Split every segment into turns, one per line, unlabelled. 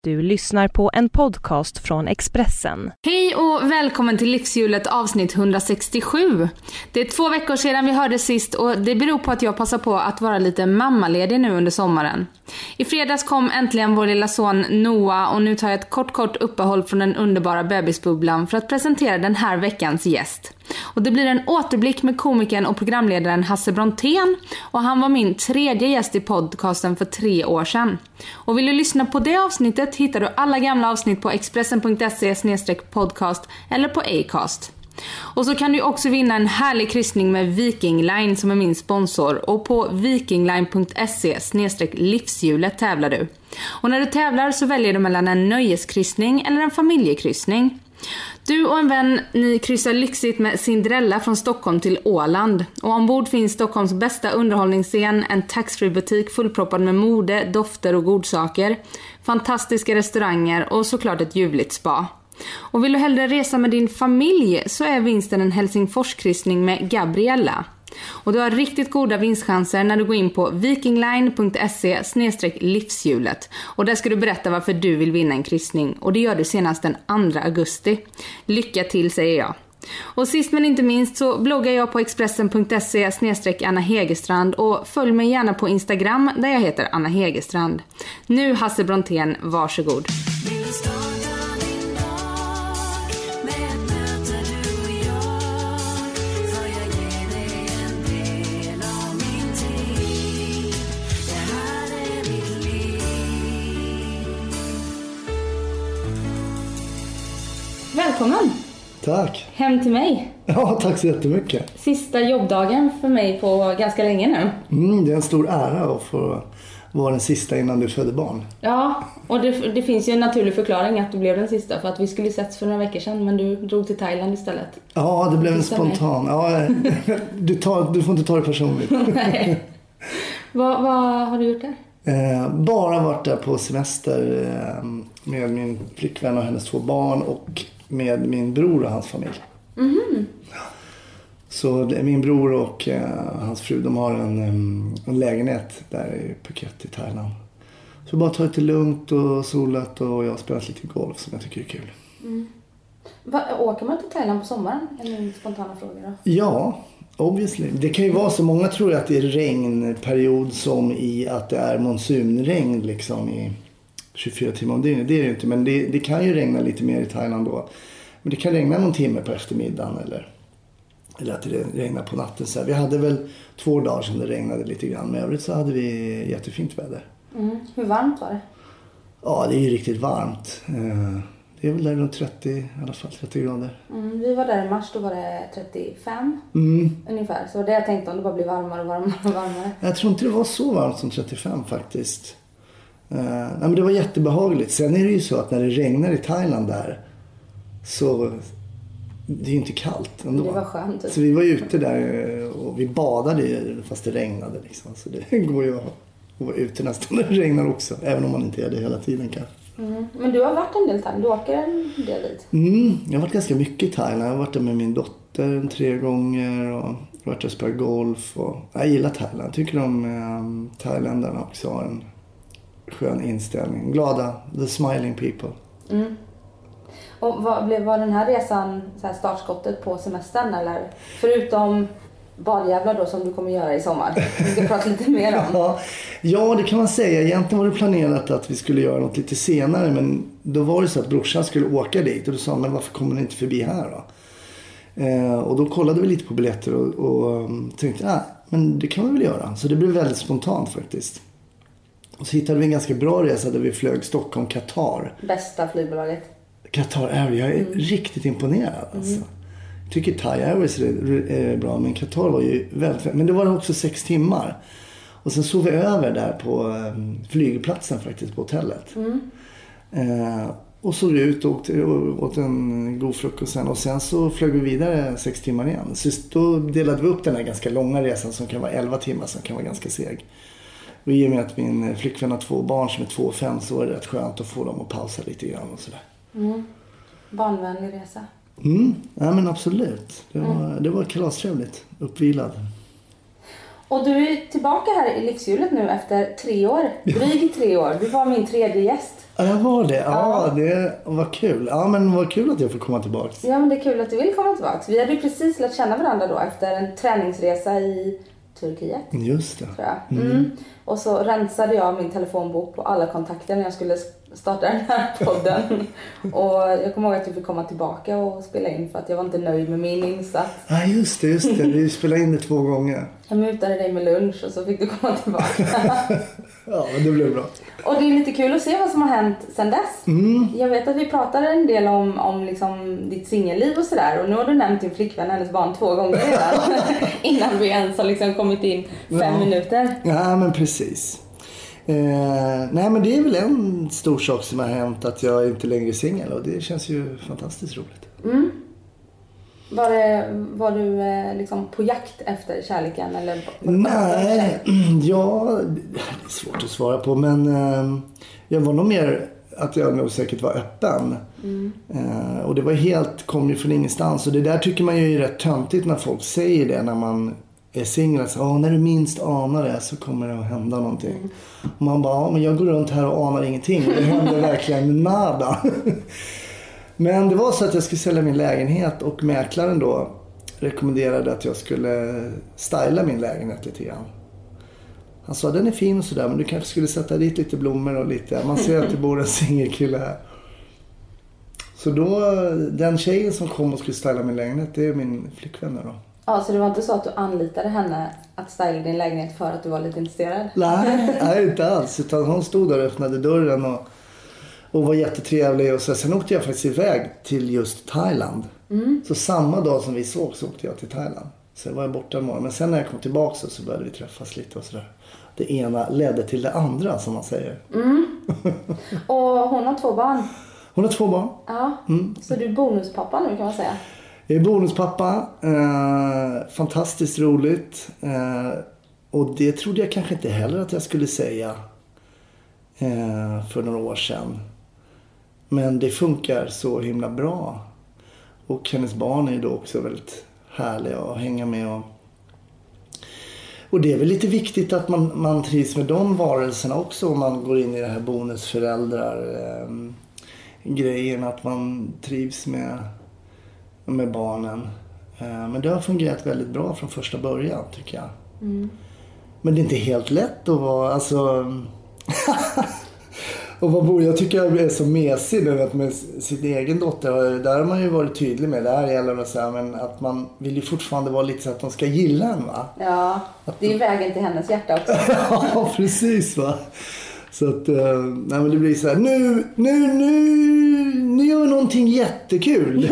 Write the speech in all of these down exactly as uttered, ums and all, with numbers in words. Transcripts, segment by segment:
Du lyssnar på en podcast från Expressen.
Hej och välkommen till Livshjulet avsnitt hundrasextiosju. Det är två veckor sedan vi hörde sist och det beror på att jag passar på att vara lite mammaledig nu under sommaren. I fredags kom äntligen vår lilla son Noah och nu tar jag ett kort kort uppehåll från den underbara bebisbubblan för att presentera den här veckans gäst. Och det blir en återblick med komikern och programledaren Hasse Brontén och han var min tredje gäst i podcasten för tre år sedan. Och vill du lyssna på det avsnittet hittar du alla gamla avsnitt på expressen punkt se slash podcast eller på Acast. Och så kan du också vinna en härlig kryssning med Viking Line som är min sponsor och på vikingline punkt se slash livshjulet tävlar du. Och när du tävlar så väljer du mellan en nöjeskryssning eller en familjekryssning. Du och en vän, ni kryssar lyxigt med Cinderella från Stockholm till Åland. Och ombord finns Stockholms bästa underhållningsscen, en taxfree butik fullproppad med mode, dofter och godsaker, fantastiska restauranger och såklart ett ljuvligt spa. Och vill du hellre resa med din familj så är vinsten en Helsingforskryssning med Gabriella. Och du har riktigt goda vinstchanser när du går in på vikingline punkt se slash livshjulet. Och där ska du berätta varför du vill vinna en kryssning. Och det gör du senast den andra augusti. Lycka till säger jag. Och sist men inte minst så bloggar jag på expressen punkt se slash Anna Hegerstrand. Och följ mig gärna på Instagram där jag heter Anna Hegerstrand. Nu Hasse Brontén, varsågod. Välkommen!
Tack!
Hem till mig.
Ja, tack så jättemycket.
Sista jobbdagen för mig på ganska länge nu.
Mm, det är en stor ära att få vara den sista innan du födde barn.
Ja, och det, det finns ju en naturlig förklaring att du blev den sista. För att vi skulle setts för några veckor sedan, men du drog till Thailand istället.
Ja, det blev en spontan. Ja, du, tar, du får inte ta det personligt.
Nej. Vad, vad har du gjort där?
Eh, bara varit där på semester eh, med min flickvän och hennes två barn och med min bror och hans familj.
Mm.
Så det är min bror och eh, hans fru, de har en, en lägenhet där i Phuket i Thailand. Så bara tagit det lugnt och solat och jag har spelat lite golf som jag tycker är kul.
Mm. Va, åker man till Thailand på sommaren? Är min spontana fråga då?
Ja, obviously. Det kan ju vara så, många tror att det är regnperiod som i att det är monsunregn liksom i tjugofyra timmar om dygnet. Det är det inte, men det, det kan ju regna lite mer i Thailand då. Men det kan regna någon timme på eftermiddagen eller, eller att det regnar på natten. Så här. Vi hade väl två dagar som det regnade lite grann, men övrigt så hade vi jättefint väder.
Mm. Hur varmt var det?
Ja, det är ju riktigt varmt. Det är väl där runt trettio, i alla fall trettio grader.
Mm, vi var där i mars, då var det trettiofem
mm.
ungefär. Så det jag tänkte om det bara blir varmare och varmare och varmare.
Jag tror inte det var så varmt som trettiofem faktiskt. Uh, nej, men det var jättebehagligt. Sen är det ju så att när det regnar i Thailand där så det är ju inte kallt ändå.
Det var skönt.
Så vi var ute där och vi badade fast det regnade liksom. Så det går ju att vara ute nästan när det regnar också. Även om man inte är det hela tiden kanske.
Mm. Men du har varit en del i Thailand, du åker en del dit?
Mm, jag har varit ganska mycket i Thailand. Jag har varit där med min dotter tre gånger och varit där och spelat golf. Och jag gillar Thailand. Jag tycker de um, thailändarna också har en skön inställning. Glada, the smiling people. Mm.
Och vad blev var den här resan så här startskottet på semestern eller? Förutom badjävlar då som du kommer göra i sommar. Vi ska prata lite mer om.
Ja, ja, det kan man säga. Egentligen var det planerat att vi skulle göra något lite senare. Men då var det så att brorsan skulle åka dit. Och då sa men varför kommer ni inte förbi här då? Eh, och då kollade vi lite på biljetter och, och tänkte ja, men det kan vi väl göra. Så det blev väldigt spontant faktiskt. Och så hittade vi en ganska bra resa där vi flög Stockholm-Qatar.
Bästa flygbolaget.
Qatar Airways, jag är mm. riktigt imponerad alltså. Mm. Jag tycker Thai Airways är bra, men Qatar var ju väldigt... Men det var också sex timmar. Och sen sov vi över där på um, flygplatsen faktiskt, på hotellet. Mm. Uh, och såg ut och åkte, och åt en god frukost sen. Och sen så flög vi vidare sex timmar igen. Så då delade vi upp den här ganska långa resan som kan vara elva timmar, som kan vara ganska seg. Och i och med att min flickvän har två barn som är två och fem så är det rätt skönt att få dem att pausa lite grann och sådär.
Mm. Barnvänlig resa.
Mm, ja men absolut. Det var, mm. det var kalastrevligt. Uppvilad.
Och du är tillbaka här i livshjulet nu efter tre år. Drygt tre år. Du var min tredje gäst.
Ja, jag var det. Ja,
Ja.
det var kul. Ja, men vad kul att jag får komma tillbaka.
Ja, men det är kul att du vill komma tillbaka. Vi hade ju precis lärt känna varandra då efter en träningsresa i Turkiet.
Just det.
Tror jag. Mm. Och så rensade jag min telefonbok på alla kontakter när jag skulle starta den här podden. Och jag kommer ihåg att jag fick komma tillbaka och spela in för att jag var inte nöjd med min insats.
Ja, just det, just det. Vi spelade in det två gånger.
Jag mutade dig med lunch och så fick du komma tillbaka.
Ja, men det blev bra.
Och det är lite kul att se vad som har hänt sedan dess.
Mm.
Jag vet att vi pratade en del om, om liksom ditt singelliv och sådär. Och nu har du nämnt din flickvän och hennes barn två gånger redan. Innan vi ens har liksom kommit in fem
Ja.
minuter.
Ja, men precis. Eh, nej, men det är väl en stor sak som har hänt att jag inte längre är singel. Och det känns ju fantastiskt roligt.
Mm. Var, det, var du eh, liksom på jakt efter kärleken? Eller var det bara
Nej, ja, det är svårt att svara på. Men eh, jag var nog mer att jag nog säkert var öppen.
Mm.
Eh, och det var helt, kom ju från ingenstans. Och det där tycker man ju är rätt töntigt när folk säger det när man är singel. Så, oh, när du minst anar det så kommer det att hända någonting.
Mm.
Och man bara, ja, men jag går runt här och anar ingenting. Det händer verkligen nada. Men det var så att jag skulle sälja min lägenhet och mäklaren då rekommenderade att jag skulle styla min lägenhet lite grann. Han sa, den är fin och sådär, men du kanske skulle sätta dit lite blommor och lite. Man ser att det bor en singelkille här. Så då, den tjejen som kom och skulle styla min lägenhet, det är min flickvän då.
Ja, så det var inte så att du anlitade henne att styla din lägenhet för att du var lite intresserad?
Nej, nej inte alls. Utan hon stod där och öppnade dörren och, och var jättetrevlig. Och så. Sen åkte jag faktiskt iväg till just Thailand. Mm. Så samma dag som vi såg så åkte jag till Thailand. Sen var jag borta en morgon. Men sen när jag kom tillbaka så, så började vi träffas lite och sådär. Det ena ledde till det andra, som man säger.
Mm. Och hon har två barn?
Hon har två barn.
Ja, mm. Så du är bonuspappa nu kan man säga?
Jag är bonuspappa. Eh, fantastiskt roligt. Eh, och det trodde jag kanske inte heller att jag skulle säga eh, för några år sedan. Men det funkar så himla bra. Och hennes barn är ju då också väldigt härliga att hänga med. Och, och det är väl lite viktigt att man, man trivs med de varelserna också om man går in i det här bonusföräldrar eh, grejen. Att man trivs med... med barnen. Men det har fungerat väldigt bra från första början tycker jag. Mm. Men det är inte helt lätt att vara alltså och vad bor jag tycker jag är så mesig nu att med sin egen dotter där har man ju varit tydlig med det här gäller att säga men att man vill ju fortfarande vara lite så att de ska gilla en va.
Ja, det är vägen till hennes hjärta också.
Ja, precis va. Så att, nej men det blir så här, nu, nu, nu, nu gör vi någonting jättekul.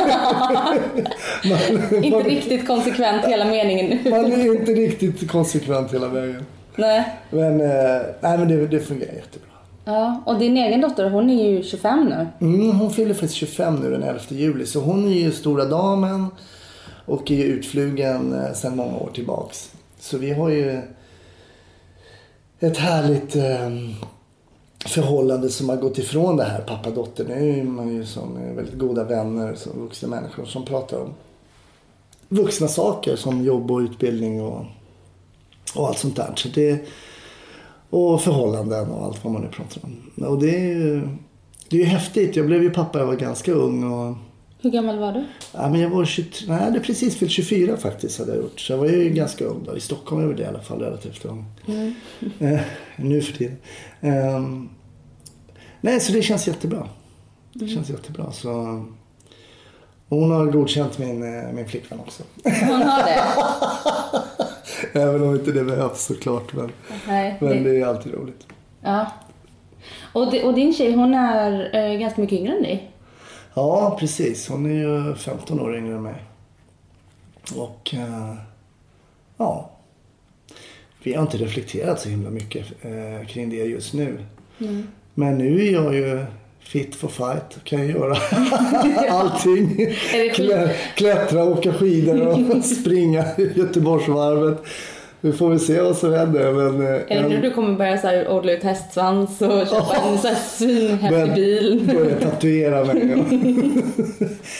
man,
inte
man,
riktigt konsekvent hela meningen.
Man är inte riktigt konsekvent hela vägen.
Nej.
Men, nej, men det, det fungerar jättebra.
Ja, och din egen dotter, hon är ju tjugofem nu.
Mm, hon fyller faktiskt tjugofem nu den elfte juli. Så hon är ju stora damen och är ju utflugen sedan många år tillbaks. Så vi har ju... ett härligt eh, förhållande som har gått ifrån det här pappa-dotter. Nu är man ju som väldigt goda vänner, som vuxna människor som pratar om vuxna saker som jobb och utbildning och, och allt sånt där. Så det, och förhållanden och allt vad man nu pratar om. Och det är ju, det är ju häftigt. Jag blev ju pappa, jag var ganska ung. Och,
hur gammal var du?
Ja, men jag var tjugotre, nej, det är precis fyllt tjugofyra faktiskt hade jag gjort. Så jag var ju ganska ung då. I Stockholm är det i alla fall relativt ung. Mm. Eh, nu för tiden. Um, nej, så det känns jättebra. Det känns mm. jättebra. Så, hon har godkänt min, min flickvän också.
Hon har det?
Även om inte det behövs såklart. Men, nej, men det... det är alltid roligt.
Ja. Och, det, och din tjej, hon är äh, ganska mycket yngre än dig?
Ja, precis. Hon är ju femton år yngre än mig. Och uh, ja, vi har inte reflekterat så himla mycket uh, kring det just nu. Mm. Men nu är jag ju fit for fight. Kan jag göra allting. Klä, klättra, åka skidor och springa i Göteborgsvarvet. Vi får väl se vad som händer. Men,
är det nu du kommer börja så här odla ut hästsvans och köpa oh, en så här svinhäftig bil?
Börja tatuera mig. Ja.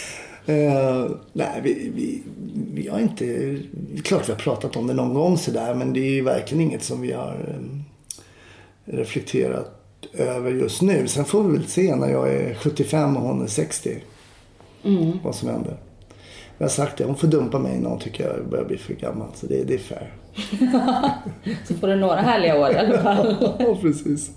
Uh, nej, vi, vi, vi har inte... Klart vi har pratat om det någon gång sådär, men det är ju verkligen inget som vi har um, reflekterat över just nu. Sen får vi väl se när jag är sjuttiofem och hon är sextio. Mm. Vad som händer. Jag har sagt det, hon får dumpa mig när hon tycker jag börjar bli för gammal. Så det, det är fair.
Så får du några härliga år i alla fall.
Ja, precis.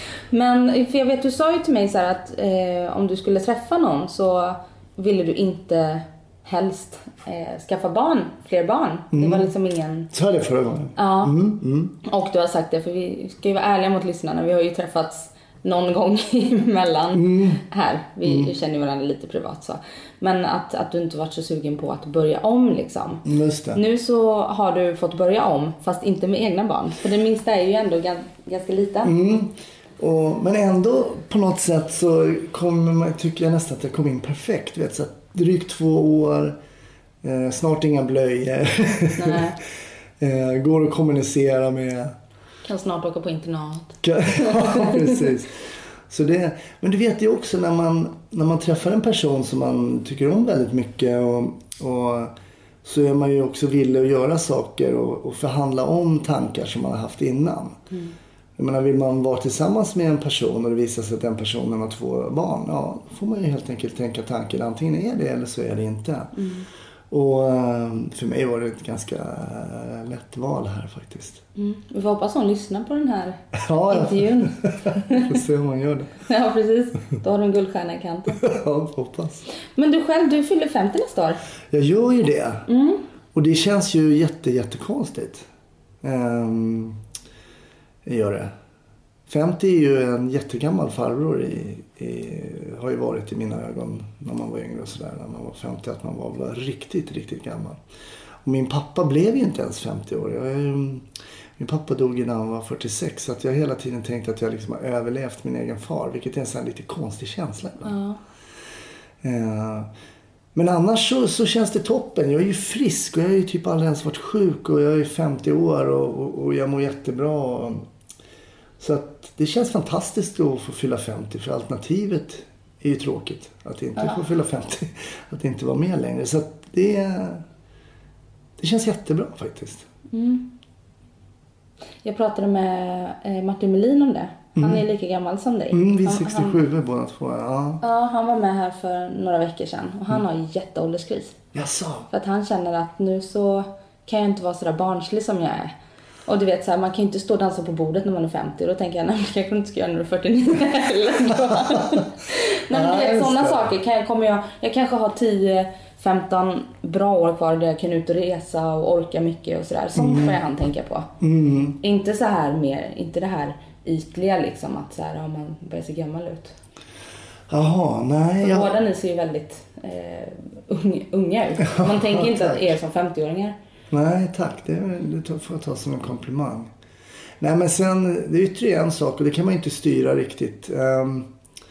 Men för jag vet, du sa ju till mig så här att eh, om du skulle träffa någon så ville du inte helst eh, skaffa barn, fler barn. Mm. Det var liksom ingen...
Så är det förra gången.
Ja.
Mm, mm.
Och du har sagt det, för vi ska ju vara ärliga mot lyssnarna. Vi har ju träffats någon gång emellan mm. här. Vi mm. känner ju varandra lite privat så. Men att, att du inte varit så sugen på att börja om liksom.
Just det.
Nu så har du fått börja om, fast inte med egna barn. För det minsta är ju ändå ganska, ganska liten.
Mm. Och, men ändå på något sätt så kommer man, tycker jag nästan att jag kom in perfekt. Vet, så att drygt två år, eh, snart inga blöjor. Nej. eh, går att kommunicera med.
Kan snart åka på internat.
Ja, precis. Så det, men du vet ju också när man, när man träffar en person som man tycker om väldigt mycket och, och så är man ju också villig att göra saker och, och förhandla om tankar som man har haft innan. Mm. Jag menar, vill man vara tillsammans med en person och det visar sig att den personen har två barn, ja, då får man ju helt enkelt tänka tanken, antingen är det eller så är det inte. Mm. Och för mig var det ett ganska lätt val här faktiskt.
Mm. Vi får hoppas hon lyssnar på den här
ja,
intervjun.
Får se om man gör det.
Ja, precis. Då har du en guldstjärna i kanten.
Ja, hoppas.
Men du själv, du fyller femtio nästa år.
Jag gör ju det. Mm. Och det känns ju jätte, jättekonstigt. Um, jag gör det. femtio är ju en jättegammal farbror i, i, har ju varit i mina ögon när man var yngre och sådär. När man var femtio, att man var, var riktigt, riktigt gammal. Och min pappa blev ju inte ens femtio år. Jag, min pappa dog när han var fyrtiosex, så att jag hela tiden tänkte att jag liksom har överlevt min egen far. Vilket är en sån här lite konstig känsla ibland. Ja. Uh, men annars så, så känns det toppen. Jag är ju frisk och jag har ju typ aldrig ens varit sjuk. Och jag är femtio år och, och, och jag mår jättebra. Och, så att det känns fantastiskt att få fylla femtio. För alternativet är ju tråkigt. Att inte ja. få fylla femtio. Att inte vara med längre. Så att det, det känns jättebra faktiskt.
Mm. Jag pratade med Martin Melin om det. Han mm. är lika gammal som dig.
Mm, vi är sextiosju han, båda två. Ja.
ja, han var med här för några veckor sedan. Och han mm. har jätteålderskris.
Jaså?
För att han känner att nu så kan jag inte vara så där barnslig som jag är. Och du vet så här, man kan ju inte stå och dansa på bordet när man är femtio. Och då tänker jag, nej, jag kanske inte ska göra när du är fyrtionio heller. Nej, men du vet, sådana saker. Kan jag, kommer jag, jag kanske har tio femton bra år kvar där jag kan ut och resa och orka mycket och sådär. Sånt mm. får jag han tänka på. Mm. Inte så här mer, inte det här ytliga liksom, att så här, ja, man börjar se gammal ut.
Jaha, nej.
Jag... Båda ni ser ju väldigt eh, unga, unga ut. Man tänker inte att er som femtio-åringar.
Nej, tack. Det, det får jag ta som en komplimang. Nej, men sen, det är ytterligare en sak och det kan man inte styra riktigt. Um,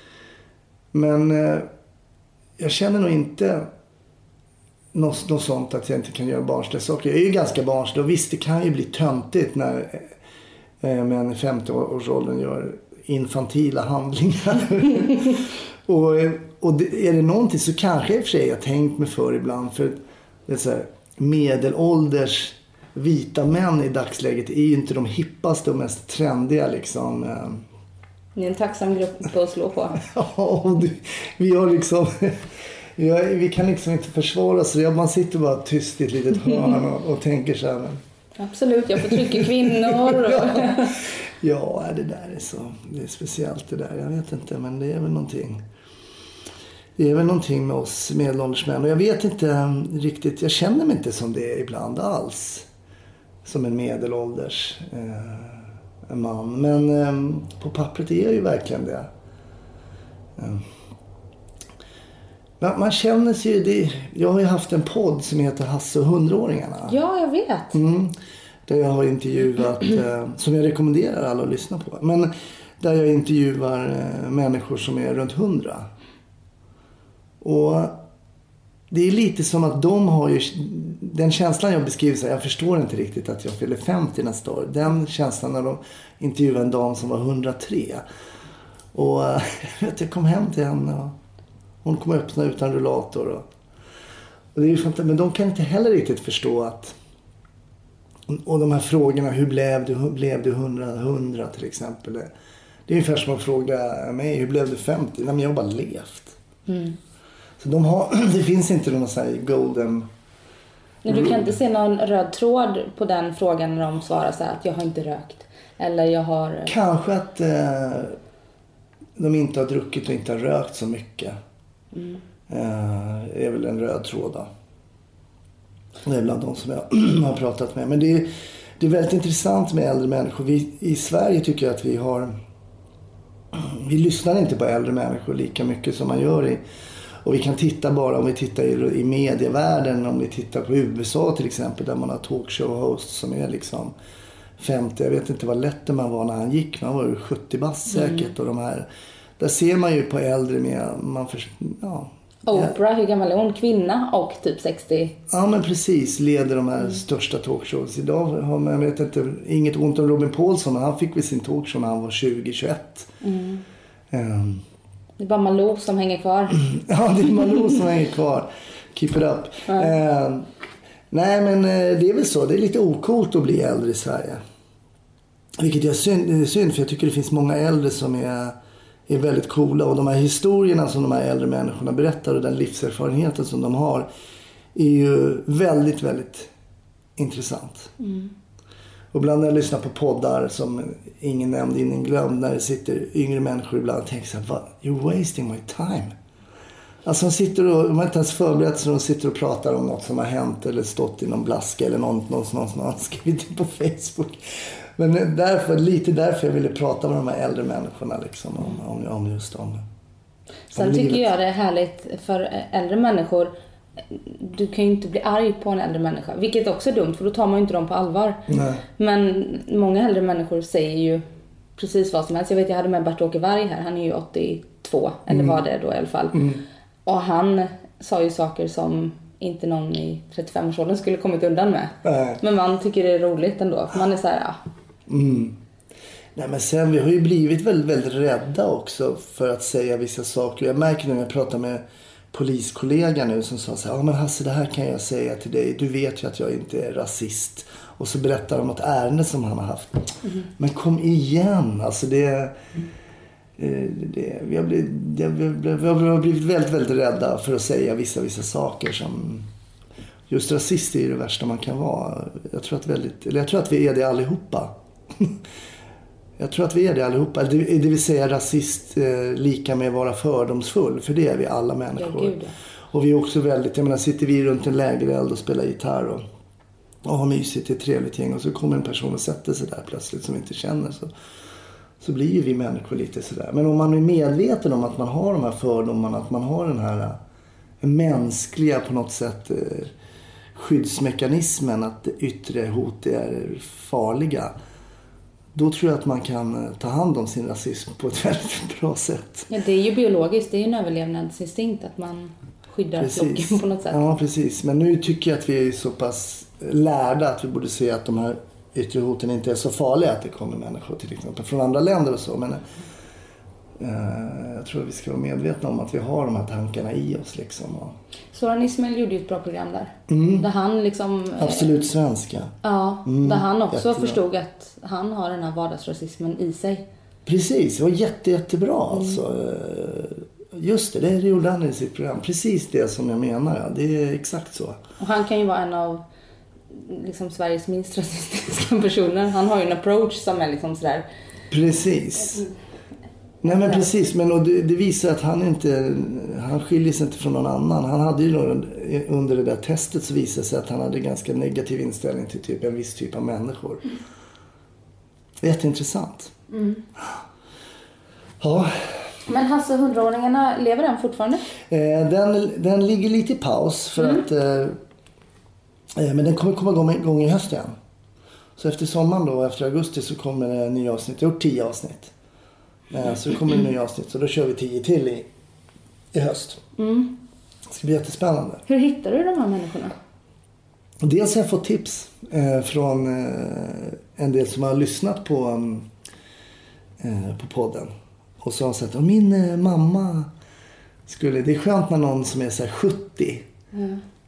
men uh, jag känner nog inte något, något sånt att jag inte kan göra barnsliga saker. Jag är ju ganska barnslig och visst, det kan ju bli töntigt när uh, män i femtio-årsåldern gör infantila handlingar. och och det, är det någonting så kanske i och för sig jag tänkt mig för ibland. För det är så här, medelålders vita män i dagsläget är ju inte de hippaste och mest trendiga liksom.
Ni är en tacksam grupp på att slå på.
Ja, du, vi har liksom vi, har, vi kan liksom inte försvara så man sitter bara tyst i ett litet hörn och, och tänker så här. Men...
Absolut, jag förtrycker kvinnor. Och...
ja, ja, det där är så, det är speciellt det där, jag vet inte, men det är väl någonting. Det är väl någonting med oss medelålders män. Och jag vet inte riktigt, jag känner mig inte som det ibland alls. Som en medelålders eh, man. Men eh, på pappret är jag ju verkligen det. Eh. Man, man känner sig ju, det, jag har ju haft en podd som heter Hasse och hundraåringarna.
Ja, jag vet.
Mm, där jag har intervjuat, eh, som jag rekommenderar alla att lyssna på. Men där jag intervjuar eh, människor som är runt hundra. Och det är lite som att de har ju den känslan jag beskriver så här, jag förstår inte riktigt att jag fyller femtio nästa år. Den känslan när de intervjuade en dam som var hundratre. Och vet, jag kom hem till henne och hon kom öppna utan rullator och Och det är ju fantastiskt, men de kan inte heller riktigt förstå att... Och de här frågorna, hur blev du, hur blev du hundra, hundra till exempel. Det är ungefär som att fråga mig, hur blev du femtio? Nej, men jag har bara levt. Mm. Så de har, det finns inte någon sån här golden...
Men du kan inte se någon röd tråd på den frågan när de svarar så här att jag har inte rökt. Eller jag har...
Kanske att eh, de inte har druckit och inte har rökt så mycket. Mm. Eh, är väl en röd tråd då. Det är bland de som jag har pratat med. Men det är, det är väldigt intressant med äldre människor. Vi, i Sverige tycker jag att vi har... Vi lyssnar inte på äldre människor lika mycket som man gör i... Och vi kan titta bara om vi tittar i, i medievärlden. Om vi tittar på U S A till exempel. Där man har talkshow-hosts som är liksom femtio. Jag vet inte vad lätt man var när han gick. Man var sjuttio bast säkert. Mm. Och de här... Där ser man ju på äldre med... Man för, ja...
Oprah, hur gammal är hon? Kvinna och typ sextio.
Ja, men precis. Leder de här mm. största talkshows. Idag har man, jag vet inte, inget ont om Robin Paulsson. Men han fick väl sin talkshow när han var tjugo tjugoett. Mm. Um,
det är bara Malou som hänger kvar.
Ja, det är Malou som hänger kvar. Keep it up. Mm. Um, nej, men det är väl så. Det är lite ocoolt att bli äldre i Sverige. Vilket är synd, är synd, för jag tycker det finns många äldre som är... är väldigt coola, och de här historierna som de här äldre människorna berättar och den livserfarenheten som de har är ju väldigt, väldigt intressant. Mm. Och ibland när jag lyssnar på poddar som ingen nämnd, ingen glömd, när det sitter yngre människor ibland och tänker så här, you're wasting my time. Alltså de sitter och, de har inte ens förberett sig, de sitter och pratar om något som har hänt eller stått i någon blaska eller något, något, något som har skrivit på Facebook. Men därför, lite därför jag ville prata med de här äldre människorna liksom, om, om, om just dem.
Sen om tycker jag det är härligt för äldre människor. Du kan ju inte bli arg på en äldre människa, vilket också är dumt, för då tar man ju inte dem på allvar. Nej. Men många äldre människor säger ju precis vad som helst. Jag vet, jag hade med Bert-Åke Varg här, han är ju åttiotvå, eller mm. var det då i alla fall. Mm. Och han sa ju saker som inte någon i trettiofem-årsåldern skulle kommit undan med. Nej. Men man tycker det är roligt ändå, för man är så här, ja.
Mm. Nej, men sen vi har ju blivit väldigt, väldigt rädda också för att säga vissa saker. Jag märker när jag pratar med poliskollega nu som sa så här, ja men Hasse, det här kan jag säga till dig. Du vet ju att jag inte är rasist. Och så berättar de om ett ärende som han har haft. Mm. Men kom igen, alltså det... Mm. det vi, har blivit, det, vi har blivit väldigt, väldigt rädda för att säga vissa, vissa saker som... Just rasist är ju det värsta man kan vara. Jag tror att, väldigt, eller jag tror att vi är det allihopa. Jag tror att vi är det allihopa. Det, det vill säga rasist eh, lika med vara fördomsfull. För det är vi alla människor. Ja, och vi är också väldigt, jag menar, sitter vi runt en lägereld och spelar gitarr och, och har mysigt, det är trevligt gäng. Och så kommer en person och sätter sig där plötsligt som vi inte känner. Så, så blir ju vi människor lite sådär. Men om man är medveten om att man har de här fördomarna, att man har den här mänskliga på något sätt... Eh, skyddsmekanismen, att yttre hot är farliga, då tror jag att man kan ta hand om sin rasism på ett väldigt bra sätt.
Ja, det är ju biologiskt, det är ju en överlevnadsinstinkt att man skyddar flocken på något sätt.
Ja, precis. Men nu tycker jag att vi är så pass lärda att vi borde se att de här yttre hoten inte är så farliga, att det kommer människor till exempel från andra länder och så, men jag tror att vi ska vara medvetna om att vi har de här tankarna i oss liksom.
Soran Ismail gjorde ju ett bra program där.
Mm.
Där han liksom...
Absolut svenska.
Ja, mm, där han också jättebra. Förstod att han har den här vardagsrasismen i sig.
Precis, det var jätte, jättebra mm. alltså. Just det, det gjorde han i sitt program. Precis det som jag menar, ja. Det är exakt så.
Och han kan ju vara en av liksom Sveriges minst rasistiska personer. Han har ju en approach som är liksom sådär...
Precis. Nej men precis, men och det, det visar att han inte, han skiljer sig inte från någon annan. Han hade ju någon, under det där testet så visade sig att han hade ganska negativ inställning till typ en viss typ av människor. Mm. Jätteintressant. Mm. Ja.
Men Hasse, hundraåringarna, lever den fortfarande?
Eh, den, den ligger lite i paus för mm. att, eh, men den kommer komma igång, igång i höst igen. Så efter sommaren då, efter augusti så kommer det nya avsnitt. Jag har gjort tio avsnitt. Så det kommer en ny avsnitt. Så då kör vi tio till i, i höst. Mm. Det ska bli jättespännande.
Hur hittar du de här människorna?
Dels har jag fått tips eh, från eh, en del som har lyssnat på, eh, på podden. Och så har jag sagt att min eh, mamma skulle... Det är skönt när någon som är så här sjuttio mm.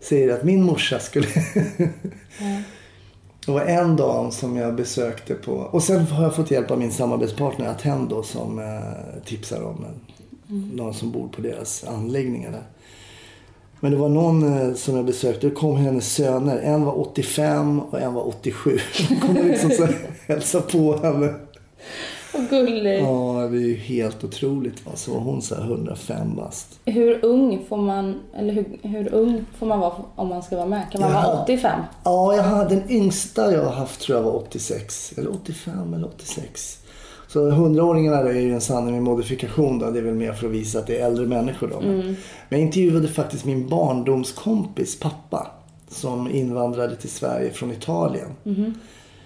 säger att min morsa skulle...
Mm.
Det var en dag som jag besökte på... Och sen har jag fått hjälp av min samarbetspartner Attendo som eh, tipsar om mm. någon som bor på deras anläggningar där. Men det var någon eh, som jag besökte. Det kom hennes söner. En var åttiofem och en var åttiosju. De kom liksom så hälsa på henne.
Vad gulligt.
Ja, det är ju helt otroligt. Så var hon så här hundrafem bast.
Hur ung får man, eller hur, hur ung får man vara om man ska vara med? Kan man
jag
vara
hade,
åttiofem?
Ja, jag hade, den yngsta jag har haft tror jag var åttiosex. Eller åttiofem eller åttiosex. Så hundraåringarna är ju en sanning med modifikation då. Det är väl mer för att visa att det är äldre människor då. Mm. Men jag intervjuade faktiskt min barndomskompis pappa. Som invandrade till Sverige från Italien. Mm.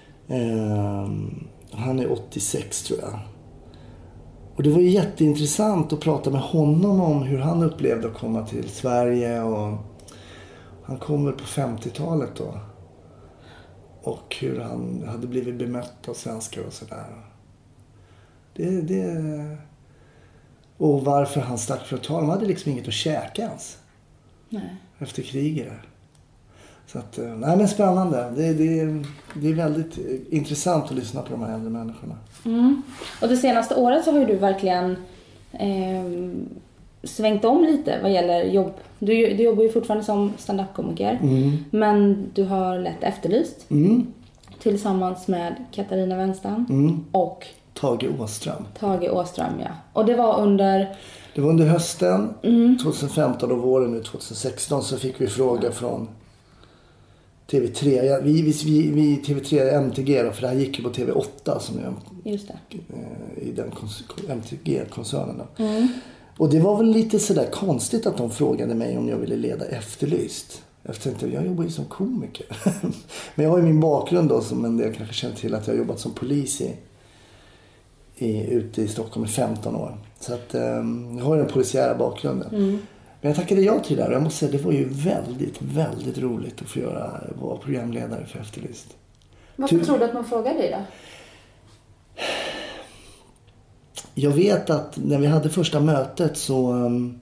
Ehm, han är åttiosex tror jag. Och det var ju jätteintressant att prata med honom om hur han upplevde att komma till Sverige. Och han kom väl på femtiotalet då. Och hur han hade blivit bemött av svenskar och sådär. Det, det... Och varför han stack från Italien. Han hade liksom inget att käka ens.
Nej. Efter
kriget där. Så att, nej men spännande. Det, det, det är väldigt intressant att lyssna på de här äldre människorna.
Mm. Och det senaste året så har ju du verkligen eh, svängt om lite vad gäller jobb. Du, du jobbar ju fortfarande som stand-up-komiker. Mm. Men du har lett Efterlyst. Mm. Tillsammans med Katarina Wenstam. Mm. Och
Tage Åström.
Tage Åström, ja. Och det var under...
Det var under hösten mm. tjugohundrafemton och våren nu tjugohundrasexton så fick vi fråga ja. från T V tre. Ja, vi, vi, vi, vi T V tre M T G då, för det här gick ju på T V åtta som är
Just det.
i den M T G-koncernen då. Mm. Och det var väl lite sådär konstigt att de frågade mig om jag ville leda Efterlyst. Jag tänkte, jag jobbar ju som komiker. Men jag har ju min bakgrund då som en del kanske känner till att jag har jobbat som polis i I, ute i Stockholm i femton år. Så att um, jag har den polisiära bakgrunden. Mm. Men jag tackade ja till det där. Jag måste säga, det var ju väldigt, väldigt roligt att få göra, vara programledare för Efterlyst.
Varför Ty- tror du att man frågar dig då?
Jag vet att när vi hade första mötet så, um,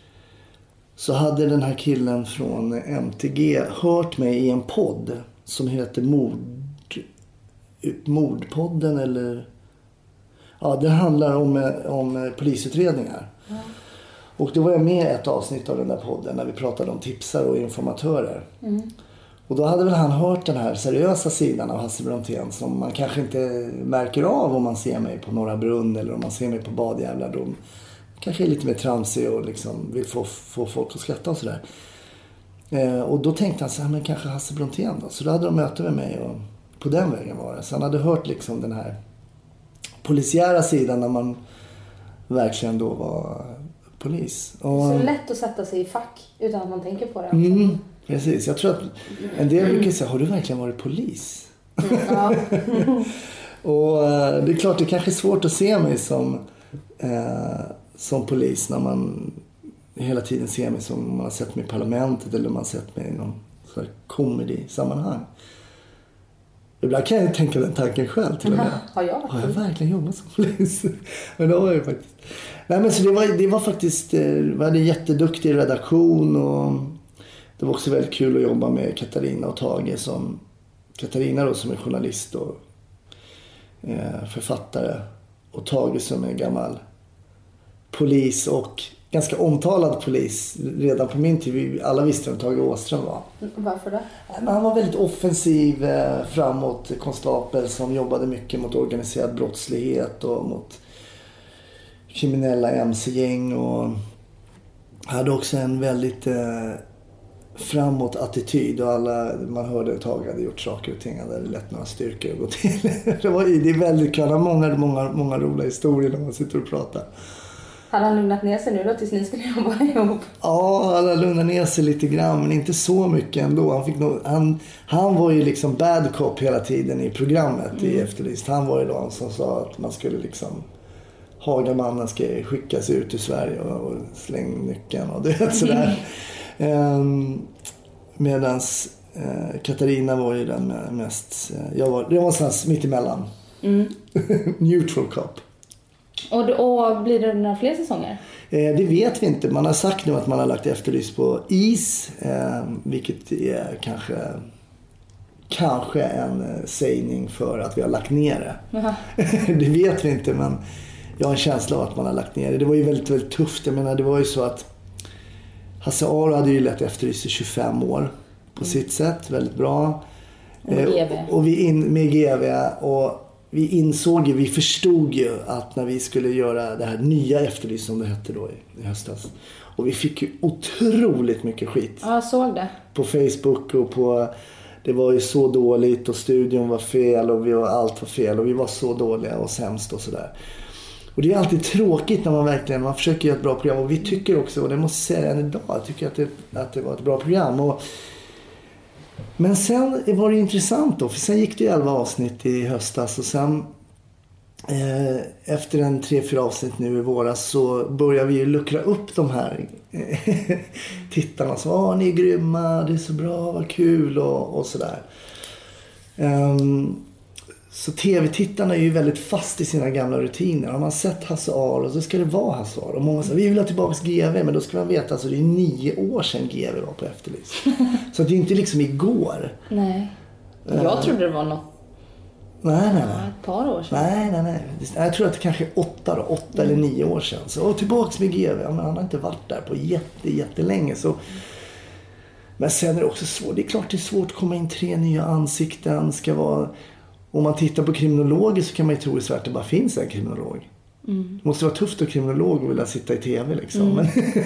så hade den här killen från M T G hört mig i en podd som heter Mord, Mordpodden eller... Ja, det handlar om, om polisutredningar. Mm. Och då var jag med i ett avsnitt av den där podden när vi pratade om tipsar och informatörer. Mm. Och då hade väl han hört den här seriösa sidan av Hasse Brontén som man kanske inte märker av om man ser mig på Norra Brunn eller om man ser mig på Badjävlar. Då kanske är lite mer tramsig och liksom vill få, få folk att skratta och sådär. Eh, och då tänkte han så här, men kanske Hasse Brontén då. Så då hade de möte med mig och på den vägen var det. Så han hade hört liksom den här polisiära sidan när man verkligen då var polis. Och...
Så lätt att sätta sig i fack utan att man tänker på det.
Mm, precis. Jag tror att en del brukar säga, har du verkligen varit polis?
Ja.
Och det är klart, det kanske är svårt att se mig som, eh, som polis när man hela tiden ser mig som man har sett mig i parlamentet eller man har sett mig i någon sån här comedy-sammanhang. Ibland kan jag tänka den tanken själv till och med.
Har jag?
Har jag verkligen jobbat som polis? Men det var ju faktiskt... Nej men så det var, det var faktiskt... Vi hade en jätteduktig redaktion och det var också väldigt kul att jobba med Katarina och Tage som... Katarina då som är journalist och eh, författare och Tage som är gammal polis och ganska omtalad polis redan på min tid. Alla visste vem Tage Åström var.
Varför det?
Han var väldigt offensiv, framåt konstapel som jobbade mycket mot organiserad brottslighet och mot kriminella M C-gäng och hade också en väldigt eh, framåt attityd och alla, man hörde att Tage hade gjort saker och ting, hade lätt några styrkor att gå till. Det, var, det är väldigt kul, många, många, många roliga historier när man sitter och pratar.
Hade han lugnat ner sig nu då tills ni skulle jobba ihop?
Ja, han hade lugnat ner sig lite grann men inte så mycket ändå. Han, fick nog, han, han var ju liksom bad cop hela tiden i programmet mm. i Efterlyst. Han var ju då som sa att man skulle liksom Hagamannen ska skickas ut i Sverige och, och släng nyckeln och det sådär. um, medans uh, Katarina var ju den mest... Uh, jag var, det var någonstans mitt emellan. Mm. Neutral cop.
Och, och blir det några fler säsonger?
Eh, det vet vi inte. Man har sagt nu att man har lagt Efterlyst på is. Eh, vilket är kanske, kanske en eh, sägning för att vi har lagt ner det. Det vet vi inte, men jag har en känsla av att man har lagt ner det. Det var ju väldigt, väldigt tufft. Jag menar, det var ju så att Hasse Aro hade ju lett Efterlyst i tjugofem år på mm. sitt sätt. Väldigt bra.
Och med G V.
Eh, och vi in, med G V. Och vi insåg ju, vi förstod ju att när vi skulle göra det här nya Efterlyst som det hette då i, i höstas. Och vi fick ju otroligt mycket skit.
Ja, jag såg det.
På Facebook och på... Det var ju så dåligt och studion var fel och vi var, allt var fel. Och vi var så dåliga och sämst och sådär. Och det är alltid tråkigt när man verkligen... Man försöker göra ett bra program. Och vi tycker också, och det måste jag säga än idag, jag tycker att det, att det var ett bra program. Och... Men sen var det intressant då, för sen gick det ju elva avsnitt i höstas och sen eh, efter en tre fyra avsnitt nu i våras så börjar vi ju luckra upp de här eh, tittarna som åh ni är grymma, det är så bra, vad kul och, och sådär. Um, så tv-tittarna är ju väldigt fast i sina gamla rutiner. Har man sett Hasse Aro så ska det vara Hasse Aro. Och många säger vi vill ha tillbaka G V, men då ska man veta att alltså, det är nio år sedan G V var på Efterlyst. Så det är inte liksom igår.
Nej. Jag uh, trodde det var något.
Nej, nej, nej.
Ja, ett par år sedan.
Nej, nej, nej. Jag tror att det kanske är åtta då, åtta mm. eller nio år sedan. Så och tillbaka med G V. Ja, men han har inte varit där på jätte, jättelänge. Så... Men sen är det också svårt. Det är klart det är svårt att komma in tre nya ansikten. Ska vara... Om man tittar på kriminologer så kan man ju tro att det bara finns en kriminolog. Mm. Det måste vara tufft att kriminolog och vilja sitta i tv liksom. Mm.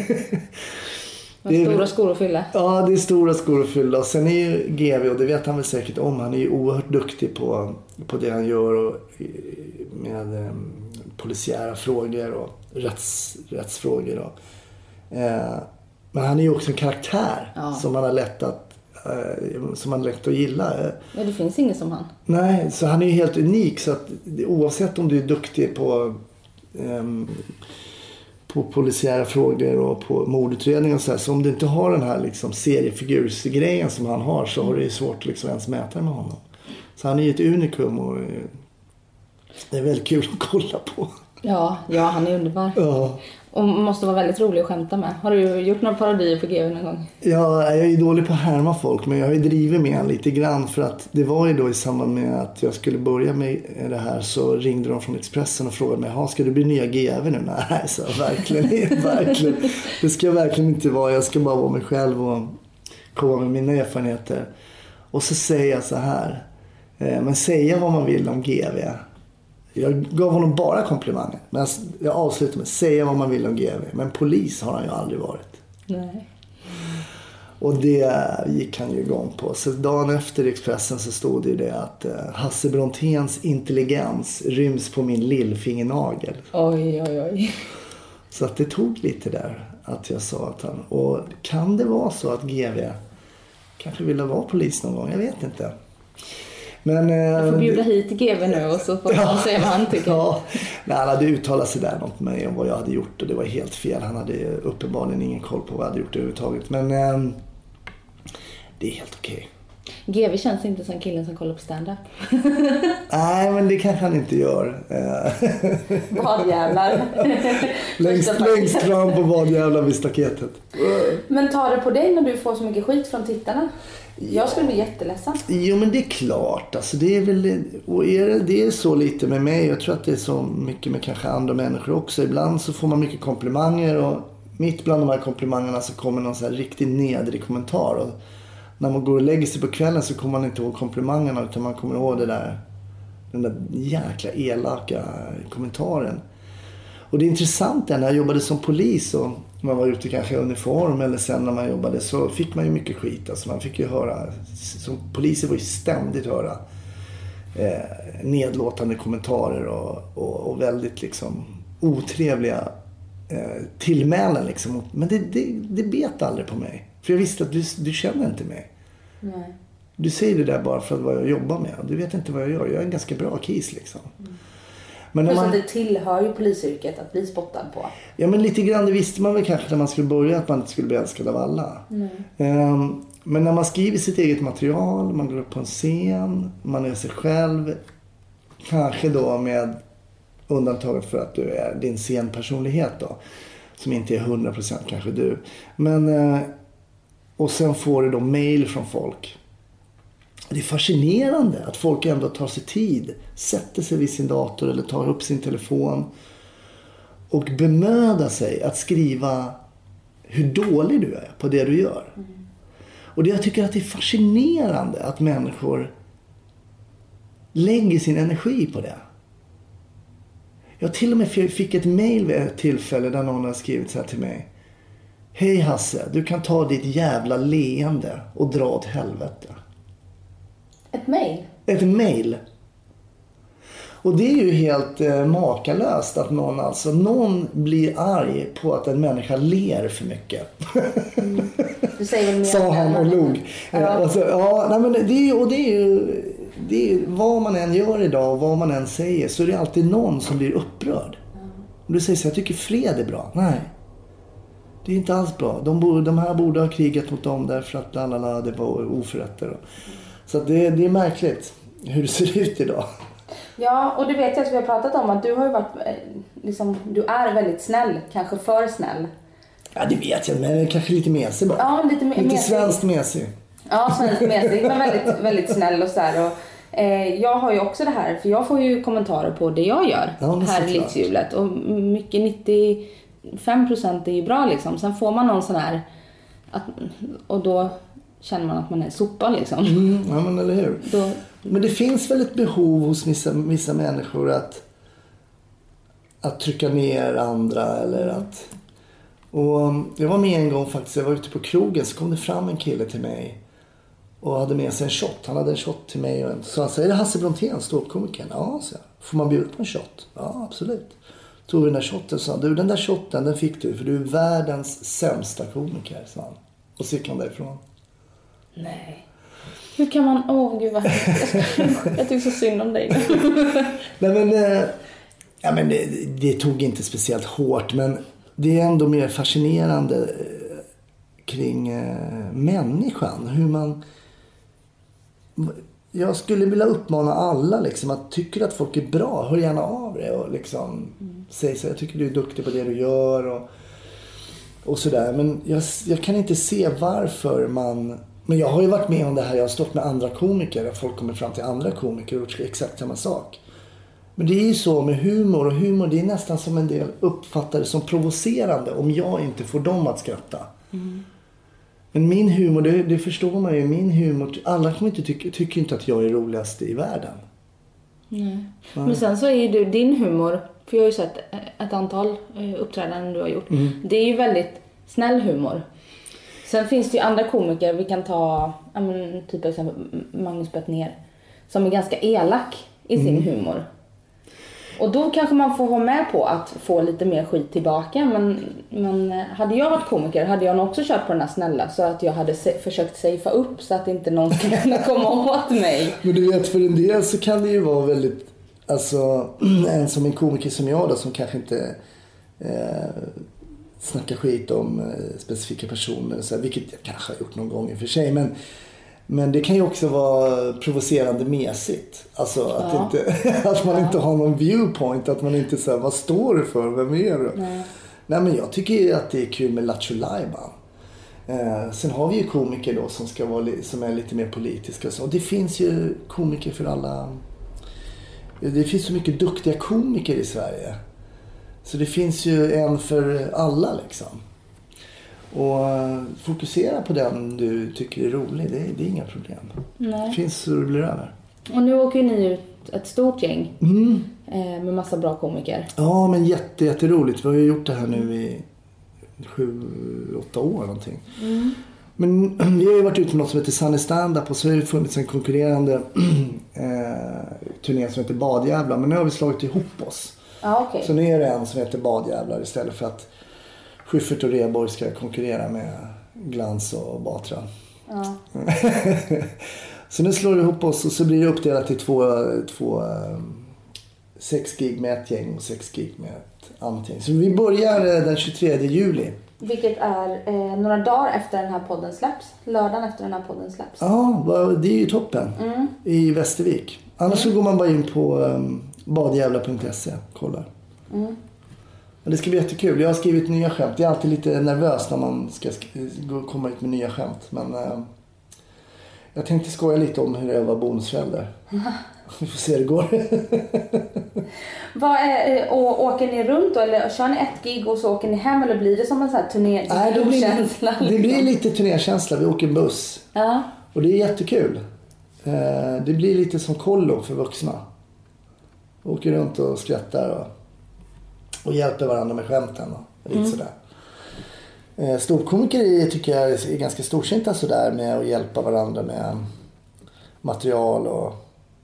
Men det är stora skor att fylla.
Ja, det är stora skor att fylla. Och sen är ju G V, och det vet han väl säkert om, han är ju oerhört duktig på, på det han gör och, med eh, polisiära frågor och rätts, rättsfrågor. Och, eh, men han är ju också en karaktär ja. som man har lätt att som man lätt att gilla.
Ja, det finns ingen som han.
Nej, så han är ju helt unik så att oavsett om du är duktig på um, på polisiära frågor och på mordutredning och så här, så om du inte har den här liksom seriefigursgrejen som han har så har det ju svårt liksom ens mäta med honom. Så han är ju ett unikum och det är väldigt kul att kolla på.
Ja, ja han är underbar.
Ja.
Och måste vara väldigt rolig att skämta med. Har du gjort några parodier på G V någon gång?
Ja, jag är ju dålig på att härma folk. Men jag har ju drivit med han lite grann. För att det var ju då i samband med att jag skulle börja med det här. Så ringde de från Expressen och frågade mig. Ja, ska du bli nya G V nu? Nej, så verkligen, verkligen. Det ska jag verkligen inte vara. Jag ska bara vara mig själv och komma med mina erfarenheter. Och så säger jag så här. Men säga vad man vill om G V. Jag gav honom bara komplimanger. Men jag avslutar med att säga vad man vill om G V. Men polis har han ju aldrig varit.
Nej.
Och det gick han ju igång på. Så dagen efter Expressen så stod det det att Hasse Bronténs intelligens ryms på min lillfingernagel.
Oj, oj, oj.
Så att det tog lite där att jag sa att han... Och kan det vara så att G V kanske ville vara polis någon gång? Jag vet inte. Men,
jag får bjuda hit G V nu och så får han se vad han tycker.
Ja, nej, han hade uttalat sig där något med om vad jag hade gjort och det var helt fel. Han hade uppenbarligen ingen koll på vad jag hade gjort överhuvudtaget. Men eh, det är helt okej.
G V känns inte som killen som kollar på stand-up.
Nej, men det kanske han inte gör.
Badjävlar.
längst, längst fram på badjävlar vid staketet.
Men tar det på dig när du får så mycket skit från tittarna? Jag skulle bli jätteledsen.
Jo, men det är klart. Alltså, det är väl, och är det, det är så lite med mig. Jag tror att det är så mycket med kanske andra människor också. Ibland så får man mycket komplimanger. Och mitt bland de här komplimangerna så kommer någon så här riktigt nedrig kommentar. Och när man går och lägger sig på kvällen så kommer man inte ihåg komplimangerna. Utan man kommer ihåg det där, den där jäkla elaka kommentaren. Och det är intressant när jag jobbade som polis och man var ute kanske i uniform eller sen när man jobbade så fick man ju mycket skit. Alltså man fick ju höra, som poliser var ju ständigt höra eh, nedlåtande kommentarer och, och, och väldigt liksom otrevliga eh, tillmälen liksom. Men det, det, det bet aldrig på mig. För jag visste att du, du känner inte mig.
Nej.
Du säger det där bara för att vad jag jobbar med. Du vet inte vad jag gör. Jag är en ganska bra kis liksom. Mm.
Men när man... det tillhör ju polisyrket att bli spottad på.
Ja, men lite grann det visste man väl kanske när man skulle börja att man inte skulle bli älskad av alla.
Mm.
Um, men när man skriver sitt eget material, man går upp på en scen, man är sig själv. Kanske då med Undantaget för att du är din scenpersonlighet då. Som inte är hundra procent kanske du. Men, och sen får du då mail från folk. Det är fascinerande att folk ändå tar sig tid. Sätter sig vid sin dator eller tar upp sin telefon. Och bemödar sig att skriva hur dålig du är på det du gör. Mm. Och det, jag tycker att det är fascinerande att människor lägger sin energi på det. Jag till och med fick ett mejl vid ett tillfälle där någon har skrivit så här till mig. Hej Hasse, du kan ta ditt jävla leende och dra åt helvete.
Ett mejl?
Ett mejl. Och det är ju helt eh, makalöst att någon, alltså, någon blir arg på att en människa ler för mycket.
Mm. Du säger väl mer.
Sa han och log.
Ja.
Och så, ja, nej, men det är ju, och det är ju det är, vad man än gör idag och vad man än säger så är det alltid någon som blir upprörd. Mm. Och du säger så, jag tycker fred är bra. Nej. Det är inte alls bra. De, borde, de här borde ha krigat mot dem därför att lalala, det var oförrätter. Mm. Så att det, det är märkligt hur det ser ut idag.
Ja, och du vet jag att vi har pratat om att du har ju varit liksom, du är väldigt snäll, kanske för snäll.
Ja, det vet jag, men kanske lite mesig bara.
Ja, lite me-
lite
mesig.
svenskt mesig.
Ja, svenskt mesig, men väldigt, väldigt snäll och så där. Och, eh, jag har ju också det här, för jag får ju kommentarer på det jag gör
ja,
här i livshjulet. Och mycket, nittiofem procent är ju bra liksom. Sen får man någon sån här, att, och då känner man att man är sopa liksom.
Mm, ja, men eller hur.
Då,
men det finns väl ett behov hos vissa, vissa människor att, att trycka ner andra eller att... Och jag var med en gång faktiskt, jag var ute på krogen så kom det fram en kille till mig och hade med sig en shot. Han hade en shot till mig och en, så han sa, är det Hasse Brontén, ståuppkomikern? Ja, så får man bjuda på en shot? Ja, absolut. Tog vi den där shotten och sa, du den där shotten den fick du för du är världens sämsta komiker, sa han. Och så gick han därifrån.
Nej. Hur kan man... Åh, oh, gud vad jag, jag tycker så synd om dig.
Nej, men, eh, ja, men det, det tog inte speciellt hårt. Men det är ändå mer fascinerande eh, kring eh, människan. Hur man... Jag skulle vilja uppmana alla liksom, att tycker att folk är bra, hör gärna av det. Och liksom, mm. säg så, jag tycker du är duktig på det du gör. Och, och sådär. Men jag, jag kan inte se varför man... Men jag har ju varit med om det här. Jag har stått med andra komiker. Och folk kommer fram till andra komiker och gjort exakt samma sak. Men det är ju så med humor. Och humor det är nästan som en del uppfattar det som provocerande. Om jag inte får dem att skratta. Mm. Men min humor, det, det förstår man ju. Min humor, alla kommer inte tycka, tycker inte att jag är roligast i världen.
Nej. Ja. Men sen så är ju du, din humor. För jag har ju sett ett antal uppträdanden du har gjort. Mm. Det är ju väldigt snäll humor. Sen finns det ju andra komiker, vi kan ta men, typ exempel Magnus Bettner, som är ganska elak i sin mm. humor. Och då kanske man får vara med på att få lite mer skit tillbaka. Men, men hade jag varit komiker hade jag nog också kört på den här snälla. Så att jag hade se- försökt safea upp så att inte någon ska kunna komma åt mig.
Men du vet, för en del så kan det ju vara väldigt... Alltså, en som en komiker som jag då, som kanske inte... Eh, snacka skit om eh, specifika personer, så här, vilket jag kanske har gjort någon gång i och för sig, men, men det kan ju också vara provocerande mesigt. Alltså att,
ja.
inte, att man
ja.
inte har någon viewpoint, att man inte säger vad står du för, vem är du?
Nej.
Nej, men jag tycker ju att det är kul med Lattjo Lajban. Eh, sen har vi ju komiker då som, ska vara, som är lite mer politiska. Och det finns ju komiker för alla. Det finns så mycket duktiga komiker i Sverige. Så det finns ju en för alla liksom. Och fokusera på den du tycker är rolig, det är, det är inga problem. Nej. Det finns så det blir över.
Och nu åker ni ut ett stort gäng
mm.
med massa bra komiker.
Ja, men jätte, jätteroligt. Vi har ju gjort det här nu i sju, åtta år någonting. Mm. Men vi har ju varit ute med något som heter Sunny Stand-Up och så har det funnits en konkurrerande eh, turné som heter Badjävlar. Men nu har vi slagit ihop oss.
Ah, okay.
Så nu är det en som heter Badjävlar istället för att Schyffert och Rheborg ska konkurrera med Glans och Batra.
Ah.
Så nu slår vi ihop oss och så blir det uppdelat i två, två um, sex gig med ett gäng och sex gig med ett annat gäng. Så vi börjar den tjugotredje juli.
Vilket är eh, några dagar efter den här podden släpps. Lördagen efter den här podden släpps.
Ja, det är ju toppen. Mm. I Västervik. Annars mm. så går man bara in på um, badjävlar punkt se, kollar.
Mm.
Men det ska bli jättekul. Jag har skrivit nya skämt. Jag är alltid lite nervös när man ska sk- komma ut med nya skämt. Men eh, jag tänkte skoja lite om hur det är att vara bonusförälder. Vi får se hur det går.
Vad är, och åker ni runt då? Eller kör ni ett gig och så åker ni hem? Eller blir det som en sån här turné?
Nej, det blir,
känsla,
det
liksom?
blir lite turnékänsla. Vi åker buss.
Ja.
Och det är jättekul. Eh, det blir lite som kollo för vuxna. Vi åker runt och skrattar och, och hjälper varandra med skämten. Och lite mm. sådär. Eh, Ståuppkomiker tycker jag är ganska storsinta sådär med att hjälpa varandra med material och,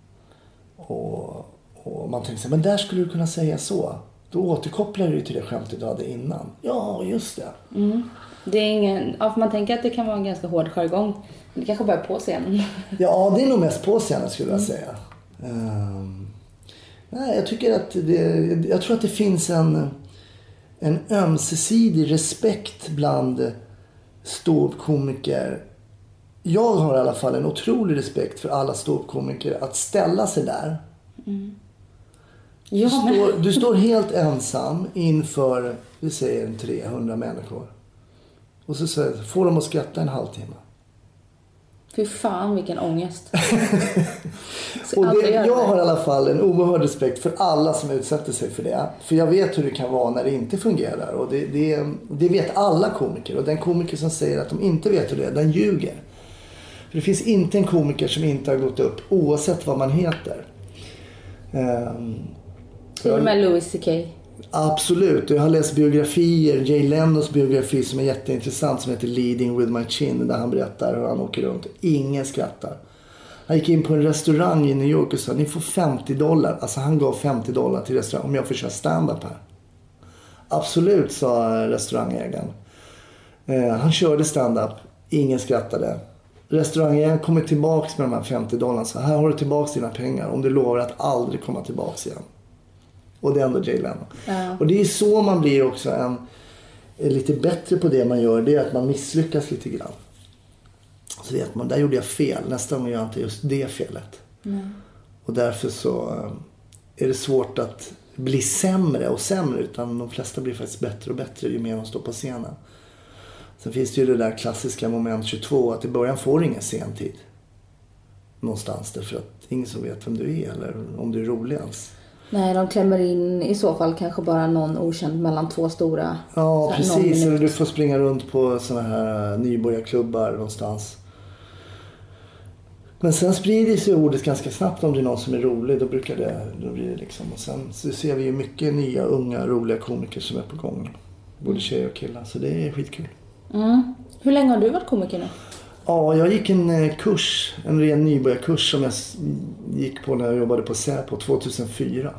och, och man tänker så här, men där skulle du kunna säga så. Då återkopplar du till det skämtet du hade innan. Ja, just det.
Mm. Det är ingen, ja, för man tänker att det kan vara en ganska hård jargong. Det kanske bara på scenen.
Ja, det är nog mest på scenen skulle jag säga. Um, nej, jag tycker att det, jag tror att det finns en en ömsesidig respekt bland ståuppkomiker. Jag har i alla fall en otrolig respekt för alla ståuppkomiker att ställa sig där. Mm. Ja, du, står, men... du står helt ensam inför, vi säger trehundra människor. Och så säger, får de att skratta en halvtimme.
Fy fan, vilken ångest.
Och det, jag har i alla fall en oerhörd respekt för alla som utsätter sig för det. För jag vet hur det kan vara när det inte fungerar. Och det, det, det vet alla komiker. Och den komiker som säger att de inte vet hur det är, den ljuger. För det finns inte en komiker som inte har gått upp oavsett vad man heter. Um,
Till och med Louis C K.
Absolut. Jag har läst biografier. Jay Lenos biografi som är jätteintressant som heter Leading with my chin. Där han berättar hur han åker runt. Ingen skrattar. Han gick in på en restaurang i New York och sa ni får femtio dollar. Alltså han gav femtio dollar till restaurang om jag får köra stand-up här. Absolut, sa restaurangägaren. Eh, han körde stand-up. Ingen skrattade. Restaurangägaren kommer tillbaks med de här femtio dollarna. Så här har du tillbaks dina pengar om du lovar att aldrig komma tillbaks igen. Och det är ändå Jay Leno. Ja. Och det är så man blir också en, en lite bättre på det man gör. Det är att man misslyckas lite grann. Så vet man, där gjorde jag fel. Nästa gång gör jag inte just det felet. Mm. Och därför så är det svårt att bli sämre och sämre. Utan de flesta blir faktiskt bättre och bättre ju mer de står på scenen. Sen finns det ju det där klassiska moment tjugotvå. Att i början får du ingen scentid. Någonstans därför att ingen som vet vem du är. Eller om du är rolig ens.
Nej, de klämmer in i så fall kanske bara någon okänd mellan två stora.
Ja, precis. Eller du får springa runt på såna här nybörjarklubbar någonstans. Men sen sprider sig ordet ganska snabbt om det är någon som är rolig. Då brukar det, då blir det liksom. Och sen så ser vi ju mycket nya, unga, roliga komiker som är på gång. Både tjejer och killar. Så det är skitkul.
Mm. Hur länge har du varit komiker nu?
Ja, jag gick en kurs, en ren nybörjarkurs som jag gick på när jag jobbade på Säpo tjugohundrafyra.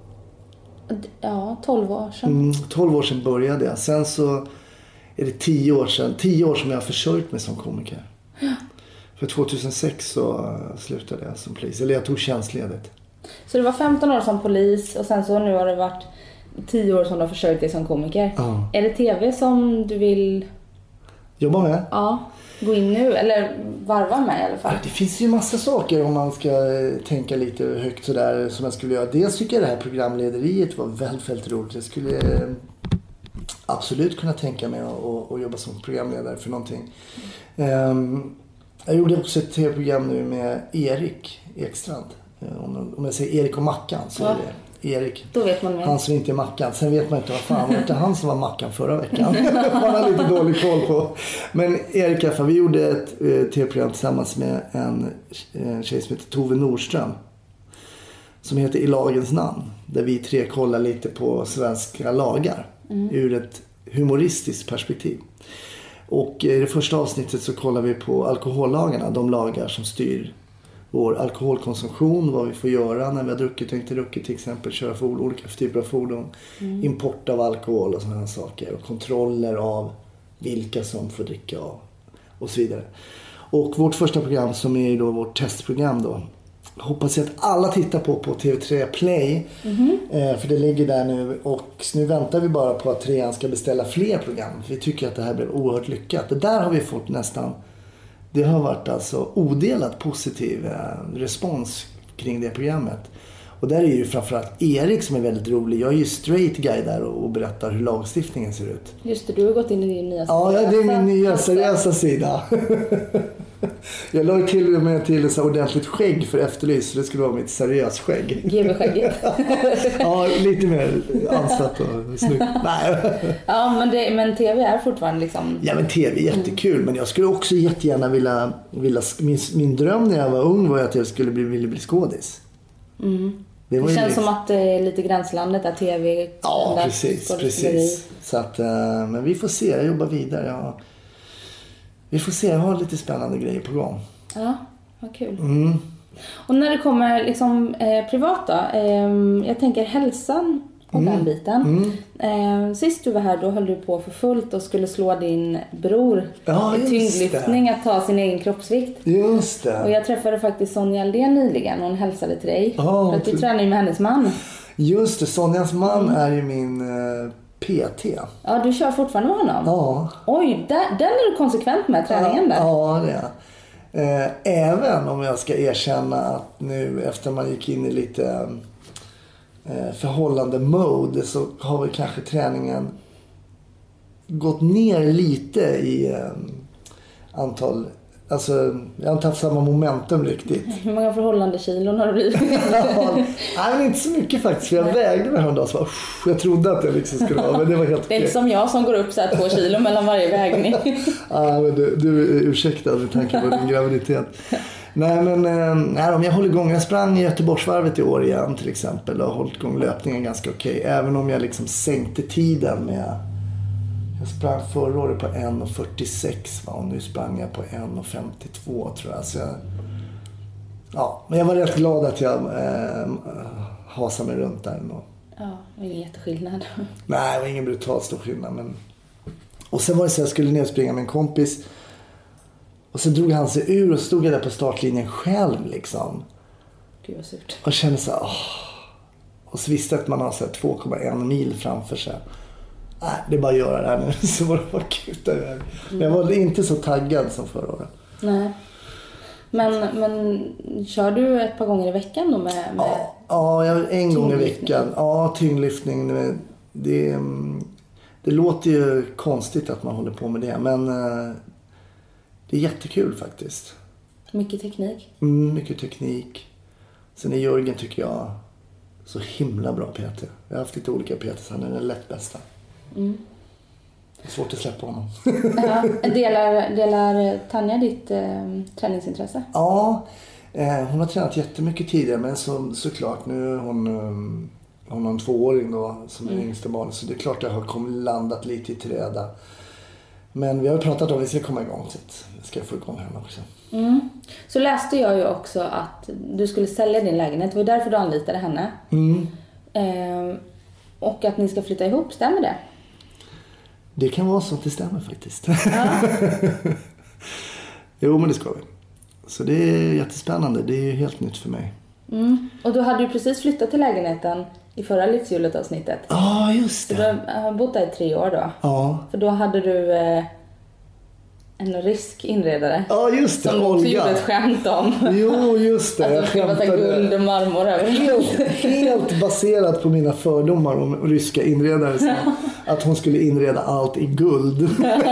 Ja, tolv år sedan.
Mm, tolv år sedan började jag. Sen så är det tio år sedan, tio år som jag har försörjt mig som komiker. Ja. För tjugohundrasex så slutade jag som polis, eller jag tog tjänstledigt.
Så det var femton år som polis och sen så nu har det varit tio år som du har försörjt dig som komiker. Ja. Är det tv som du vill
jobba med?
Ja. Gå in nu, eller varva med i alla fall.
Det finns ju massa saker om man ska tänka lite högt sådär som jag skulle göra. Dels tycker jag det här programlederiet var väldigt, väldigt roligt. Jag skulle absolut kunna tänka mig att, att jobba som programledare för någonting. Mm. Jag gjorde också ett tv-program nu med Erik Ekstrand. Om jag säger Erik och Mackan så ja. Är det Erik.
Då vet man
han som inte är Mackan. Sen vet man inte vad fan. Det var inte han som var Mackan förra veckan. Man har lite dålig koll på. Men Erik, för vi gjorde ett eh, tv-program tillsammans med en, en tjej som heter Tove Nordström. Som heter I lagens namn. Där vi tre kollar lite på svenska lagar. Mm. Ur ett humoristiskt perspektiv. Och i det första avsnittet så kollar vi på alkohollagarna. De lagar som styr vår alkoholkonsumtion, vad vi får göra när vi har druckit och inte druckit, till exempel köra för olika typer av fordon, mm. import av alkohol och sådana saker och kontroller av vilka som får dricka av och så vidare. Och vårt första program som är då vårt testprogram då, hoppas jag att alla tittar på på T V tre Play, mm. eh, för det ligger där nu och nu väntar vi bara på att trean ska beställa fler program. Vi tycker att det här blev oerhört lyckat. Det där har vi fått nästan. Det har varit alltså odelat positiv respons kring det programmet. Och där är ju framförallt Erik som är väldigt rolig. Jag är ju straight guy där och berättar hur lagstiftningen ser ut.
Just det, du har gått in i din nya
Ja, det är min nya seriösa sida. Jag la till och med till så ordentligt skägg för Efterlyst, så det skulle vara mitt seriös skägg.
G V-skägget.
Ja, lite mer ansatt och snyggt. Nej.
Ja, men, det, men tv är fortfarande liksom...
Ja, men tv är jättekul. Mm. Men jag skulle också jättegärna vilja... vilja min, min dröm när jag var ung var att jag skulle bli, vilja bli skådis.
Mm. Det, det känns liksom... som att det är lite gränslandet där tv...
Ja, precis. precis. Så att, men vi får se. Jag jobbar vidare. Jag, vi får se. Jag har lite spännande grejer på gång.
Ja, vad kul.
Mm.
Och när det kommer liksom eh, privata, eh, jag tänker hälsan och mm. den biten. Mm. Eh, sist du var här då höll du på för fullt och skulle slå din bror
ja,
i tyngdlyftning att ta sin egen kroppsvikt.
Just det.
Och jag träffade faktiskt Sonja Aldén nyligen och hon hälsade till dig.
Oh,
för att du ty- tränar ju med hennes man.
Just det, Sonjas man mm. är ju min eh, P T.
Ja, du kör fortfarande med honom?
Ja.
Oj, där, den är du konsekvent med träningen där.
Ja, det är Även om jag ska erkänna att nu efter man gick in i lite förhållande mode så har väl kanske träningen gått ner lite i antal, alltså jag har inte haft samma momentum riktigt.
Hur många förhållande kilon har du blivit?
Ja, nej, inte så mycket faktiskt, för jag vägde mig häromdagen så jag trodde att det liksom skulle vara, men det var helt
okej. Det är inte som jag som går upp så här två kilo mellan varje vägning.
Ja, men du, du är ursäktad med tanke på din graviditet. Nej, men nej, om jag håller igång, jag sprang i Göteborgsvarvet i år igen till exempel och har hållit igång löpningen ganska okej, även om jag liksom sänkte tiden med, jag sprang förra året på en fyrtiosex va, och nu sprang jag på en femtiotvå tror jag, så jag, ja, men jag var rätt glad att jag eh, hasade mig runt där ändå.
Ja, det var ingen jätteskillnad.
Nej, det var ingen brutalt stor skillnad, men och sen var det så att jag skulle ner och springa med en kompis. Och så drog han sig ur och stod jag där på startlinjen själv liksom.
Gud vad surt.
Och kände så här, åh. Och så visste att man har så här två komma en mil framför sig. Nej, det är bara att göra det här nu. Så var det bara kul där. Mm. Men jag var inte så taggad som förra året.
Nej. Men, men kör du ett par gånger i veckan då med... med
ja, ja, en gång i veckan. Ja, tyngdlyftning. Det, det låter ju konstigt att man håller på med det. Men... det är jättekul faktiskt.
Mycket teknik.
Mm, mycket teknik. Sen är Jörgen tycker jag så himla bra P T. Jag har haft lite olika P T, han är den lätt bästa. Mm. Det är svårt att släppa honom.
Ja, delar, delar Tanja ditt eh, träningsintresse?
Ja, eh, hon har tränat jättemycket tidigare, men så, såklart nu är hon, um, hon har en tvååring då som är mm. yngsta barnet, så det är klart att jag har kommit landat lite i träda. Men vi har pratat om att vi ska komma igång, så att vi ska få igång henne också.
Mm. Så läste jag ju också att du skulle sälja din lägenhet. Det var därför du anlitade henne.
Mm.
Eh, och att ni ska flytta ihop, stämmer det?
Det kan vara så att det stämmer faktiskt.
Ja.
Jo, men det ska vi. Så det är jättespännande. Det är ju helt nytt för mig.
Mm. Och du hade ju precis flyttat till lägenheten i förra livshjulet-avsnittet.
Ja, ah, just det.
Så du har bott där i tre år då.
Ja.
För då hade du eh, en rysk inredare.
Ja, ah, just det.
Som
Olga.
också gjorde ett skämt om.
Jo, just det.
Att det skulle vara guld och marmor över.
Helt, helt baserat på mina fördomar om ryska inredare. Så att hon skulle inreda allt i guld.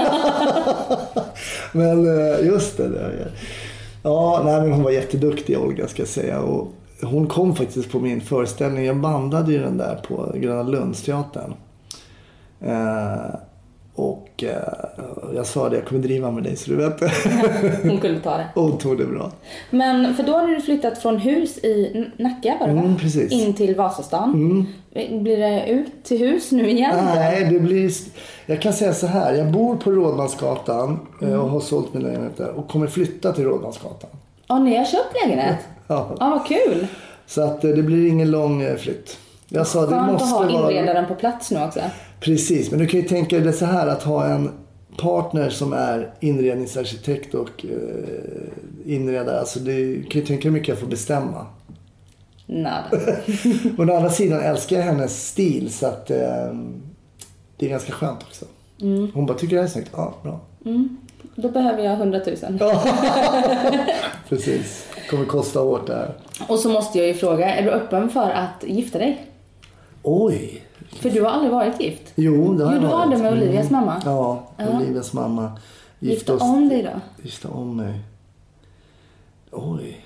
Men just det. Där. Ja, nej, men hon var jätteduktig, Olga, ska jag säga. Och hon kom faktiskt på min föreställning. Jag bandade ju den där på Gröna Lundsteatern. Eh, och eh, jag sa det, jag kommer driva med dig så du vet.
Hon kunde ta det.
Hon tog det bra.
Men för då har du flyttat från hus i Nacka, var det
mm, precis.
In till Vasastan. Mm. Blir det ut till hus nu igen?
Nej, det blir... Jag kan säga så här, jag bor på Rådmansgatan mm. och har sålt min lägenhet där och kommer flytta till Rådmansgatan.
Ja, ni har köpt lägenhet?
Ja.
Ja, vad kul.
Så att det blir ingen lång flytt. Jag sa, det måste
att ha
vara...
inredaren på plats nu också.
Precis, men du kan ju tänka dig så här, att ha en partner som är inredningsarkitekt och eh, inredare. Alltså det kan ju tänka dig mycket jag får bestämma.
Nada.
Och å andra sidan älskar jag hennes stil, så att eh, det är ganska skönt också. Mm. Hon bara, tycker det är snyggt? Ja, bra.
Mm. Då behöver jag hundratusen.
Precis. Det kommer kosta hårt där.
Och så måste jag ju fråga, är du öppen för att gifta dig?
Oj.
För du har aldrig varit gift?
Jo, det har
jo,
jag
du har det med Olivias
mm.
mamma?
Ja,
ja.
Olivias mamma.
Gifta oss... om dig då?
Gifta om mig. Oj.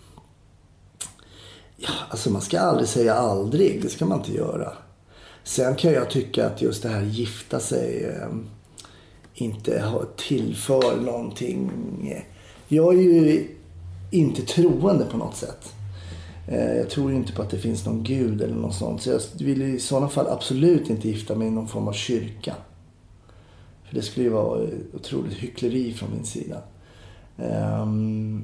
Ja, alltså man ska aldrig säga aldrig. Det ska man inte göra. Sen kan jag tycka att just det här gifta sig eh, inte har tillför någonting. Jag är ju inte troende på något sätt. Eh, jag tror ju inte på att det finns någon gud eller något sånt. Så jag vill i sådana fall absolut inte gifta mig i någon form av kyrka. För det skulle ju vara otroligt hyckleri från min sida. Um,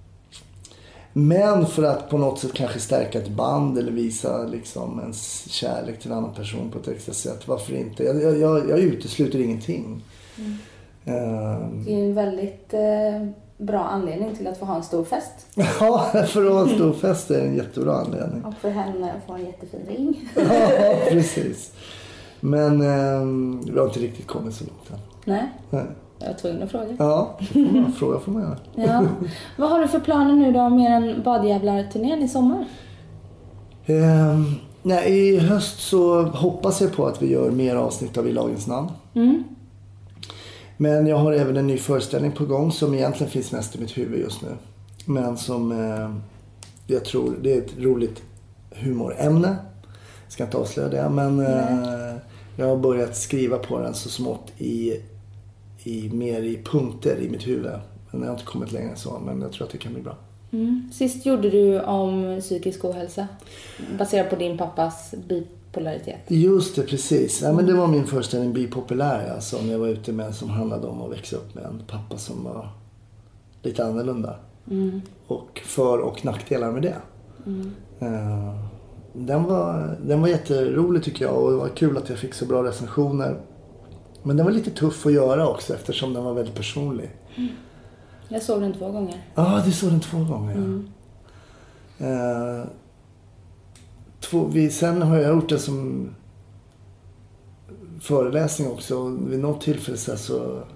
men för att på något sätt kanske stärka ett band eller visa liksom ens kärlek till en annan person på ett extra sätt. Varför inte? Jag, jag, jag utesluter ingenting.
Mm.
Um,
det är en väldigt eh, bra anledning till att få ha en stor fest.
Ja, för att ha en stor fest är en jättebra anledning.
Och för henne att få en jättefin ring.
Ja, precis. Men um, vi har inte riktigt kommit så långt än.
Nej.
Nej.
Jag var tvungen att fråga.
Ja, det får man, fråga får man göra.
Ja. Vad har du för planer nu då mer än badjävlar-turnén i sommar?
Um, nej, i höst så hoppas jag på att vi gör mer avsnitt av I lagens namn.
Mm.
Men jag har även en ny föreställning på gång som egentligen finns mest i mitt huvud just nu. Men som eh, jag tror, det är ett roligt humorämne. Jag ska inte avslöja det, men eh, jag har börjat skriva på den så smått i, i mer i punkter i mitt huvud. Men jag har inte kommit längre så, men jag tror att det kan bli bra.
Mm. Sist gjorde du om psykisk ohälsa baserat på din pappas bipolaritet.
Just det, precis. Ja, men det var min föreställning Bipopulär alltså, som jag var ute med, som handlade om att växa upp med en pappa som var lite annorlunda.
Mm.
Och för- och nackdelar med det.
Mm.
Uh, den, var, den var jätterolig tycker jag, och det var kul att jag fick så bra recensioner. Men den var lite tuff att göra också eftersom den var väldigt personlig.
Mm. Jag såg den två gånger.
Ja, ah, du såg den två gånger.
Mm.
Uh, två, vi, sen har jag gjort det som föreläsning också. Vid något tillfälle så...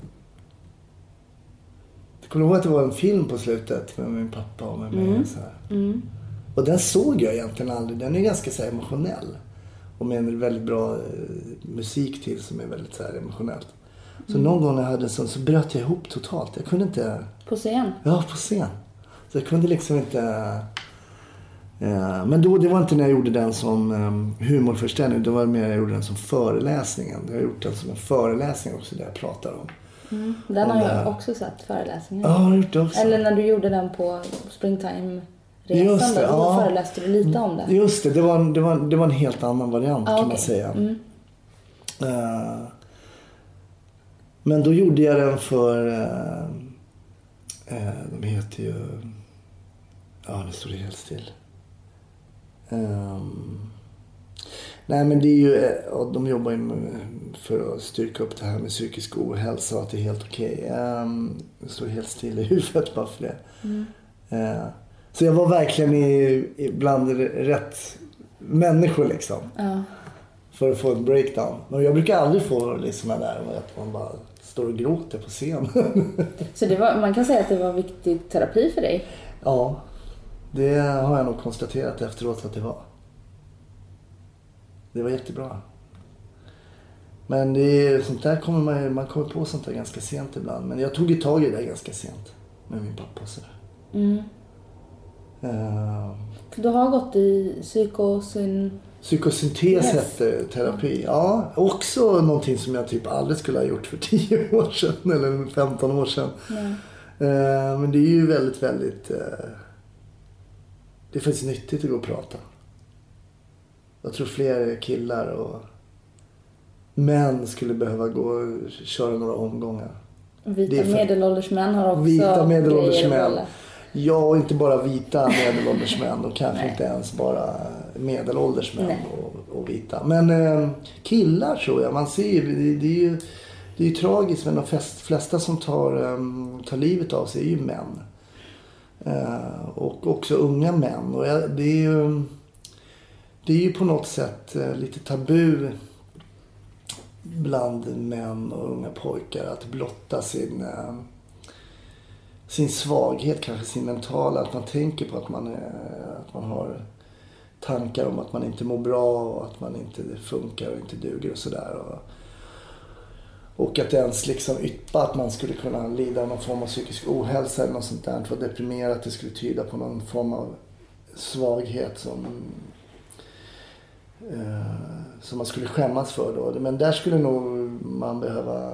Jag kommer ihåg att det var en film på slutet med min pappa och med mig.
Mm.
Så här.
Mm.
Och den såg jag egentligen aldrig. Den är ganska så här emotionell. Och med en väldigt bra eh, musik till som är väldigt så här emotionellt. Så mm. någon gång när jag hade en sån så bröt jag ihop totalt. Jag kunde inte...
På scen?
Ja, på scen. Så jag kunde liksom inte... Eh, men då, det var inte när jag gjorde den som eh, humorföreställning. Det var mer när jag gjorde den som föreläsningen. Jag har gjort den som en föreläsning också där jag pratar om.
Mm. Den har
om,
jag
äh...
också sett, föreläsningen.
Ja, jag har gjort det också.
Eller när du gjorde den på Springtime... Resan, då, då ja. föreläste du lite om det.
Just det, det var en, det var, det var en helt annan variant ah, kan okay. man säga. Mm. Uh, men då gjorde jag den för... Uh, uh, de heter ju... Ja, nu står det helt still. Um, nej, men det är ju... Uh, de jobbar ju för att styrka upp det här med psykisk ohälsa och att det är helt okej. Okay. Um, det står helt still i huvudet bara för det. Mm. Uh, Så jag var verkligen i, i bland rätt människor liksom. Ja. För att få en breakdown. Och jag brukar aldrig få liksom där att man bara står och gråter på scen.
Så det var, man kan säga att det var viktig terapi för dig?
Ja, det har jag nog konstaterat efteråt att det var. Det var jättebra. Men det är, sånt där kommer man, man kommer på sånt där ganska sent ibland. Men jag tog ju tag i det ganska sent med min pappa och sådär. Mm. Uh,
du har gått i psykosyn...
Psykosyntes hette terapi. Ja, också någonting som jag typ aldrig skulle ha gjort för tio år sedan eller femton år sedan. Mm. Uh, men det är ju väldigt, väldigt... Uh, det är faktiskt nyttigt att gå och prata. Jag tror fler killar och män skulle behöva gå och köra några omgångar.
Vita för... medelålders män har också
Vita medelålders män. Ja, och inte bara vita medelålders män och kanske inte ens bara medelålders män och, och vita. Men eh, killar tror jag, man ser ju, det, det är ju det är ju tragiskt, men de flest, flesta som tar, um, tar livet av sig är ju män. Uh, och också unga män. Och jag, det är ju det är ju på något sätt uh, lite tabu bland män och unga pojkar att blotta sin, eh, sin svaghet, kanske sin mentala. Att man tänker på att man, är, att man har tankar om att man inte mår bra och att man inte funkar och inte duger och sådär. Och, och att ens liksom yppa att man skulle kunna lida av någon form av psykisk ohälsa eller något sånt där. Att vara deprimerad, det skulle tyda på någon form av svaghet som, eh, som man skulle skämmas för då. Men där skulle nog man behöva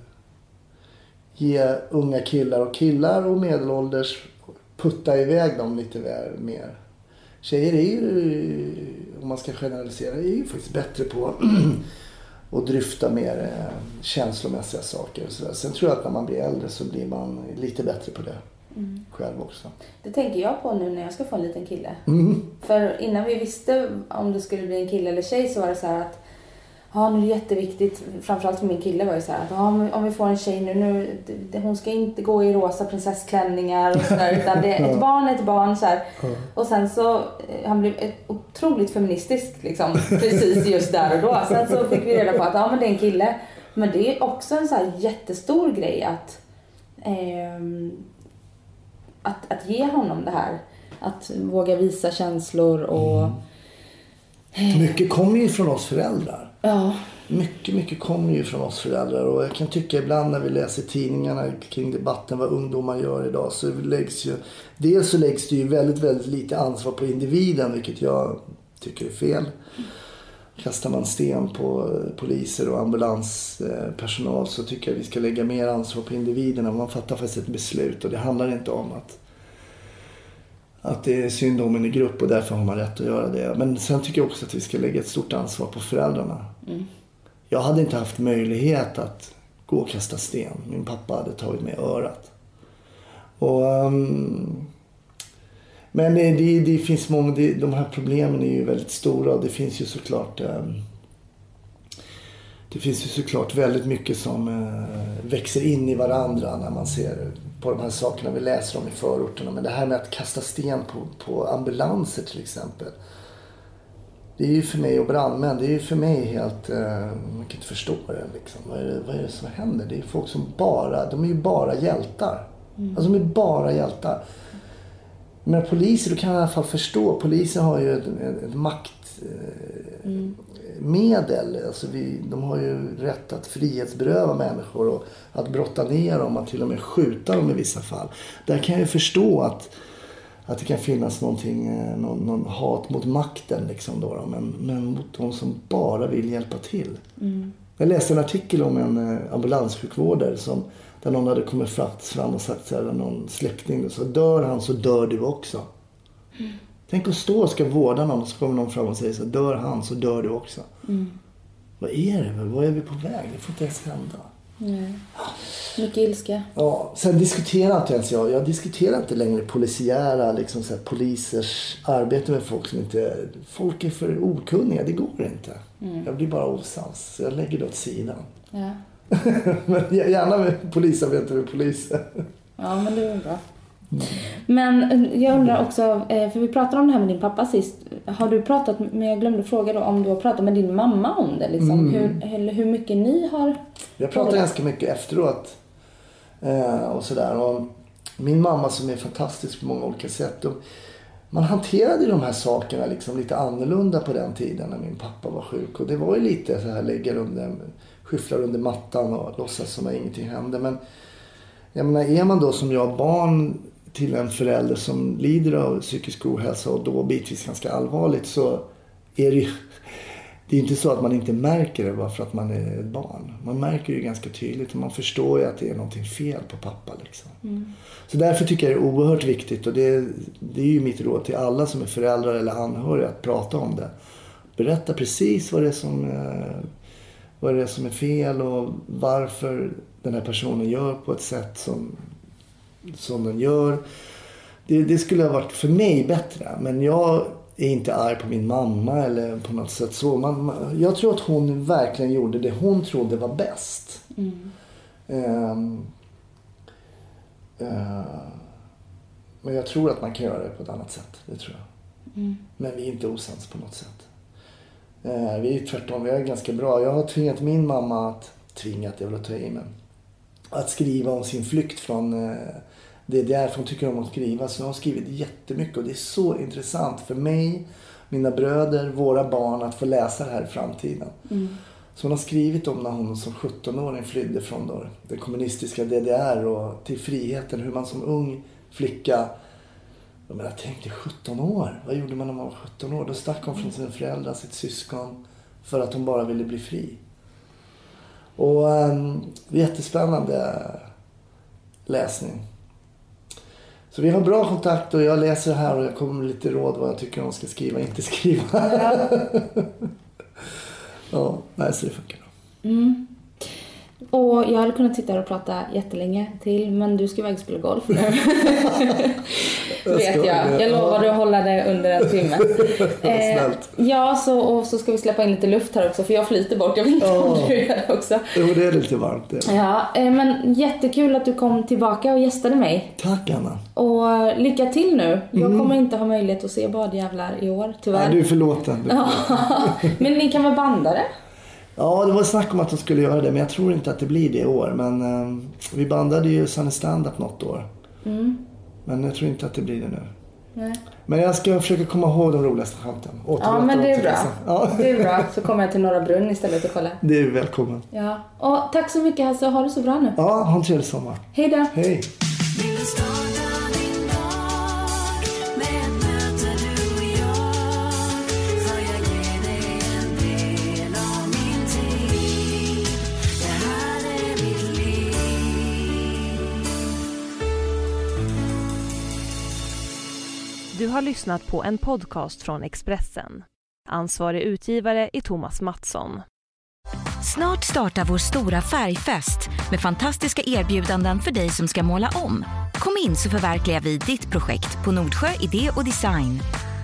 ge unga killar och killar och medelålders putta iväg dem lite mer. Tjejer är ju, om man ska generalisera, är ju faktiskt bättre på att dryfta mer känslomässiga saker och sådär. Sen tror jag att när man blir äldre så blir man lite bättre på det mm. själv också.
Det tänker jag på nu när jag ska få en liten kille.
Mm.
För innan vi visste om det skulle bli en kille eller tjej så var det så här att ja, nu är det jätteviktigt, framförallt för min kille var det så här att ja, om vi får en tjej nu, nu det, hon ska inte gå i rosa prinsessklänningar och sådär, utan det är ett barn, ett barn så här. Och sen så, han blev ett otroligt feministisk liksom, precis just där och då. Sen så fick vi reda på att ja, men det är en kille. Men det är också en så här jättestor grej att, eh, att, att ge honom det här. Att våga visa känslor och... Mm.
Mycket kommer ju från oss föräldrar.
Ja.
Mycket, mycket kommer ju från oss föräldrar. Och jag kan tycka ibland när vi läser tidningarna kring debatten vad ungdomar gör idag. Så läggs ju, dels så läggs det ju väldigt, väldigt lite ansvar på individen. Vilket jag tycker är fel. Kastar man sten på poliser och ambulanspersonal så tycker jag vi ska lägga mer ansvar på individerna. Man fattar faktiskt ett beslut och det handlar inte om att att det är synd om en grupp och därför har man rätt att göra det. Men sen tycker jag också att vi ska lägga ett stort ansvar på föräldrarna. Mm. Jag hade inte haft möjlighet att gå och kasta sten. Min pappa hade tagit mig örat. Och, um, men det, det, det finns många, det, de här problemen är ju väldigt stora och det finns ju såklart um, det finns ju såklart väldigt mycket som uh, växer in i varandra när man ser på de här sakerna vi läser om i förorterna. Men det här med att kasta sten på, på ambulanser till exempel. Det är ju för mig och brandmän. Det är ju för mig helt... Uh, man kan inte förstå det liksom. Vad är det, vad är det som händer? Det är folk som bara... De är ju bara hjältar. Mm. Alltså de är bara hjältar. Men poliser, då kan jag i alla fall förstå. Polisen har ju ett, ett, ett makt... Uh, mm. medel. Alltså vi, de har ju rätt att frihetsberöva människor och att brotta ner dem, att till och med skjuta dem i vissa fall. Där kan jag ju förstå att, att det kan finnas någonting, någon, någon hat mot makten liksom då, då, men, men mot de som bara vill hjälpa till. Mm. Jag läste en artikel om en ambulanssjukvårdare som, där någon hade kommit fram och sagt så här, någon släkting, så dör han så dör du också. Mm. Tänk att stå och ska vårda någon och så kommer någon fram och säger så dör han så dör du också. Mm. Vad är det? Vad är vi på väg? Det får inte ens hända.
Nej. Mycket ilska.
Ja, sen diskuterar inte ens jag. Jag diskuterar inte längre polisiära, liksom så här, polisers arbete med folk som inte... Folk är för okunniga, det går inte. Mm. Jag blir bara osams. Så jag lägger det åt sidan.
Ja.
Men gärna med polisarbete med poliser.
Ja, men det är bra. Mm. Men jag undrar också, för vi pratade om det här med din pappa sist. Har du pratat, men jag glömde fråga då, om du har pratat med din mamma om det liksom, mm. hur, eller hur mycket ni har...
Jag pratar ganska mycket efteråt eh, och sådär. Och min mamma som är fantastisk på många olika sätt. Och man hanterade de här sakerna liksom lite annorlunda på den tiden när min pappa var sjuk. Och det var ju lite så här, lägga under, skyfflar under mattan och låtsas som att ingenting hände. Men jag menar, är man då som jag barn till en förälder som lider av psykisk ohälsa och då bitvis ganska allvarligt, så är det ju det är inte så att man inte märker det bara för att man är ett barn. Man märker det ju ganska tydligt och man förstår ju att det är någonting fel på pappa liksom. Mm. Så därför tycker jag det är oerhört viktigt, och det, det är ju mitt råd till alla som är föräldrar eller anhöriga att prata om det. Berätta precis vad det är som, vad det är som är fel och varför den här personen gör på ett sätt som, som den gör. Det, det skulle ha varit för mig bättre, men jag är inte arg på min mamma eller på något sätt så. Man, jag tror att hon verkligen gjorde det hon trodde var bäst. Mm. Um, uh, men jag tror att man kan göra det på ett annat sätt, det tror jag. Mm. Men vi är inte osams på något sätt. Eh, vi är tvärtom, vi är ganska bra. Jag har tvingat min mamma att, tvingat jag vill ta i men, att skriva om sin flykt från eh, D D R, för hon tycker om att skriva. Så jag har skrivit jättemycket och det är så intressant för mig, mina bröder, våra barn att få läsa det här i framtiden. Mm. Så hon har skrivit om när hon som sjutton-åring flydde från då, det kommunistiska D D R och till friheten, hur man som ung flicka, jag menar, tänk dig sjutton år, vad gjorde man när man var sjutton år? Då stack hon från sina föräldrar, sitt syskon, för att hon bara ville bli fri. Och um, jättespännande läsning. Så vi har bra kontakt och jag läser det här och jag kommer med lite råd vad jag tycker hon ska skriva, inte skriva. Ja, ja, nej, så det funkar då.
Mm. Och jag hade kunnat sitta här och prata jättelänge till, men du ska iväg och spela golf nu. Vet jag. Jag lovade att hålla det under en timme. eh, ja, så, och så ska vi släppa in lite luft här också, för jag flyter bort. Jag vet inte om du gör det också.
Jo, det är lite varmt. Det.
Ja, eh, men jättekul att du kom tillbaka och gästade mig.
Tack, Anna. Och
lycka till nu. Jag
mm.
kommer inte ha möjlighet att se badjävlar i år, tyvärr.
Nej, du är förlåten. Du är förlåten.
Men ni kan väl banda det?
Ja, det var snack om att de skulle göra det, men jag tror inte att det blir det i år. Men eh, vi bandade ju Sunny Stand-Up något år. Mm. Men jag tror inte att det blir det nu. Nej. Men jag ska försöka komma ihåg de roligaste skämten.
Ja, men det är bra. Ja. Det är bra. Så kommer jag till Norra Brunn istället och kolla.
Det är välkommen.
Ja. Och tack så mycket, Hasse. Ha det så bra nu.
Ja, ha en trevlig sommar.
Hej då.
Hej.
Du har lyssnat på en podcast från Expressen. Ansvarig utgivare är Thomas Mattsson.
Snart startar vår stora färgfest med fantastiska erbjudanden för dig som ska måla om. Kom in så förverkligar vi ditt projekt på Nordsjö Idé och Design.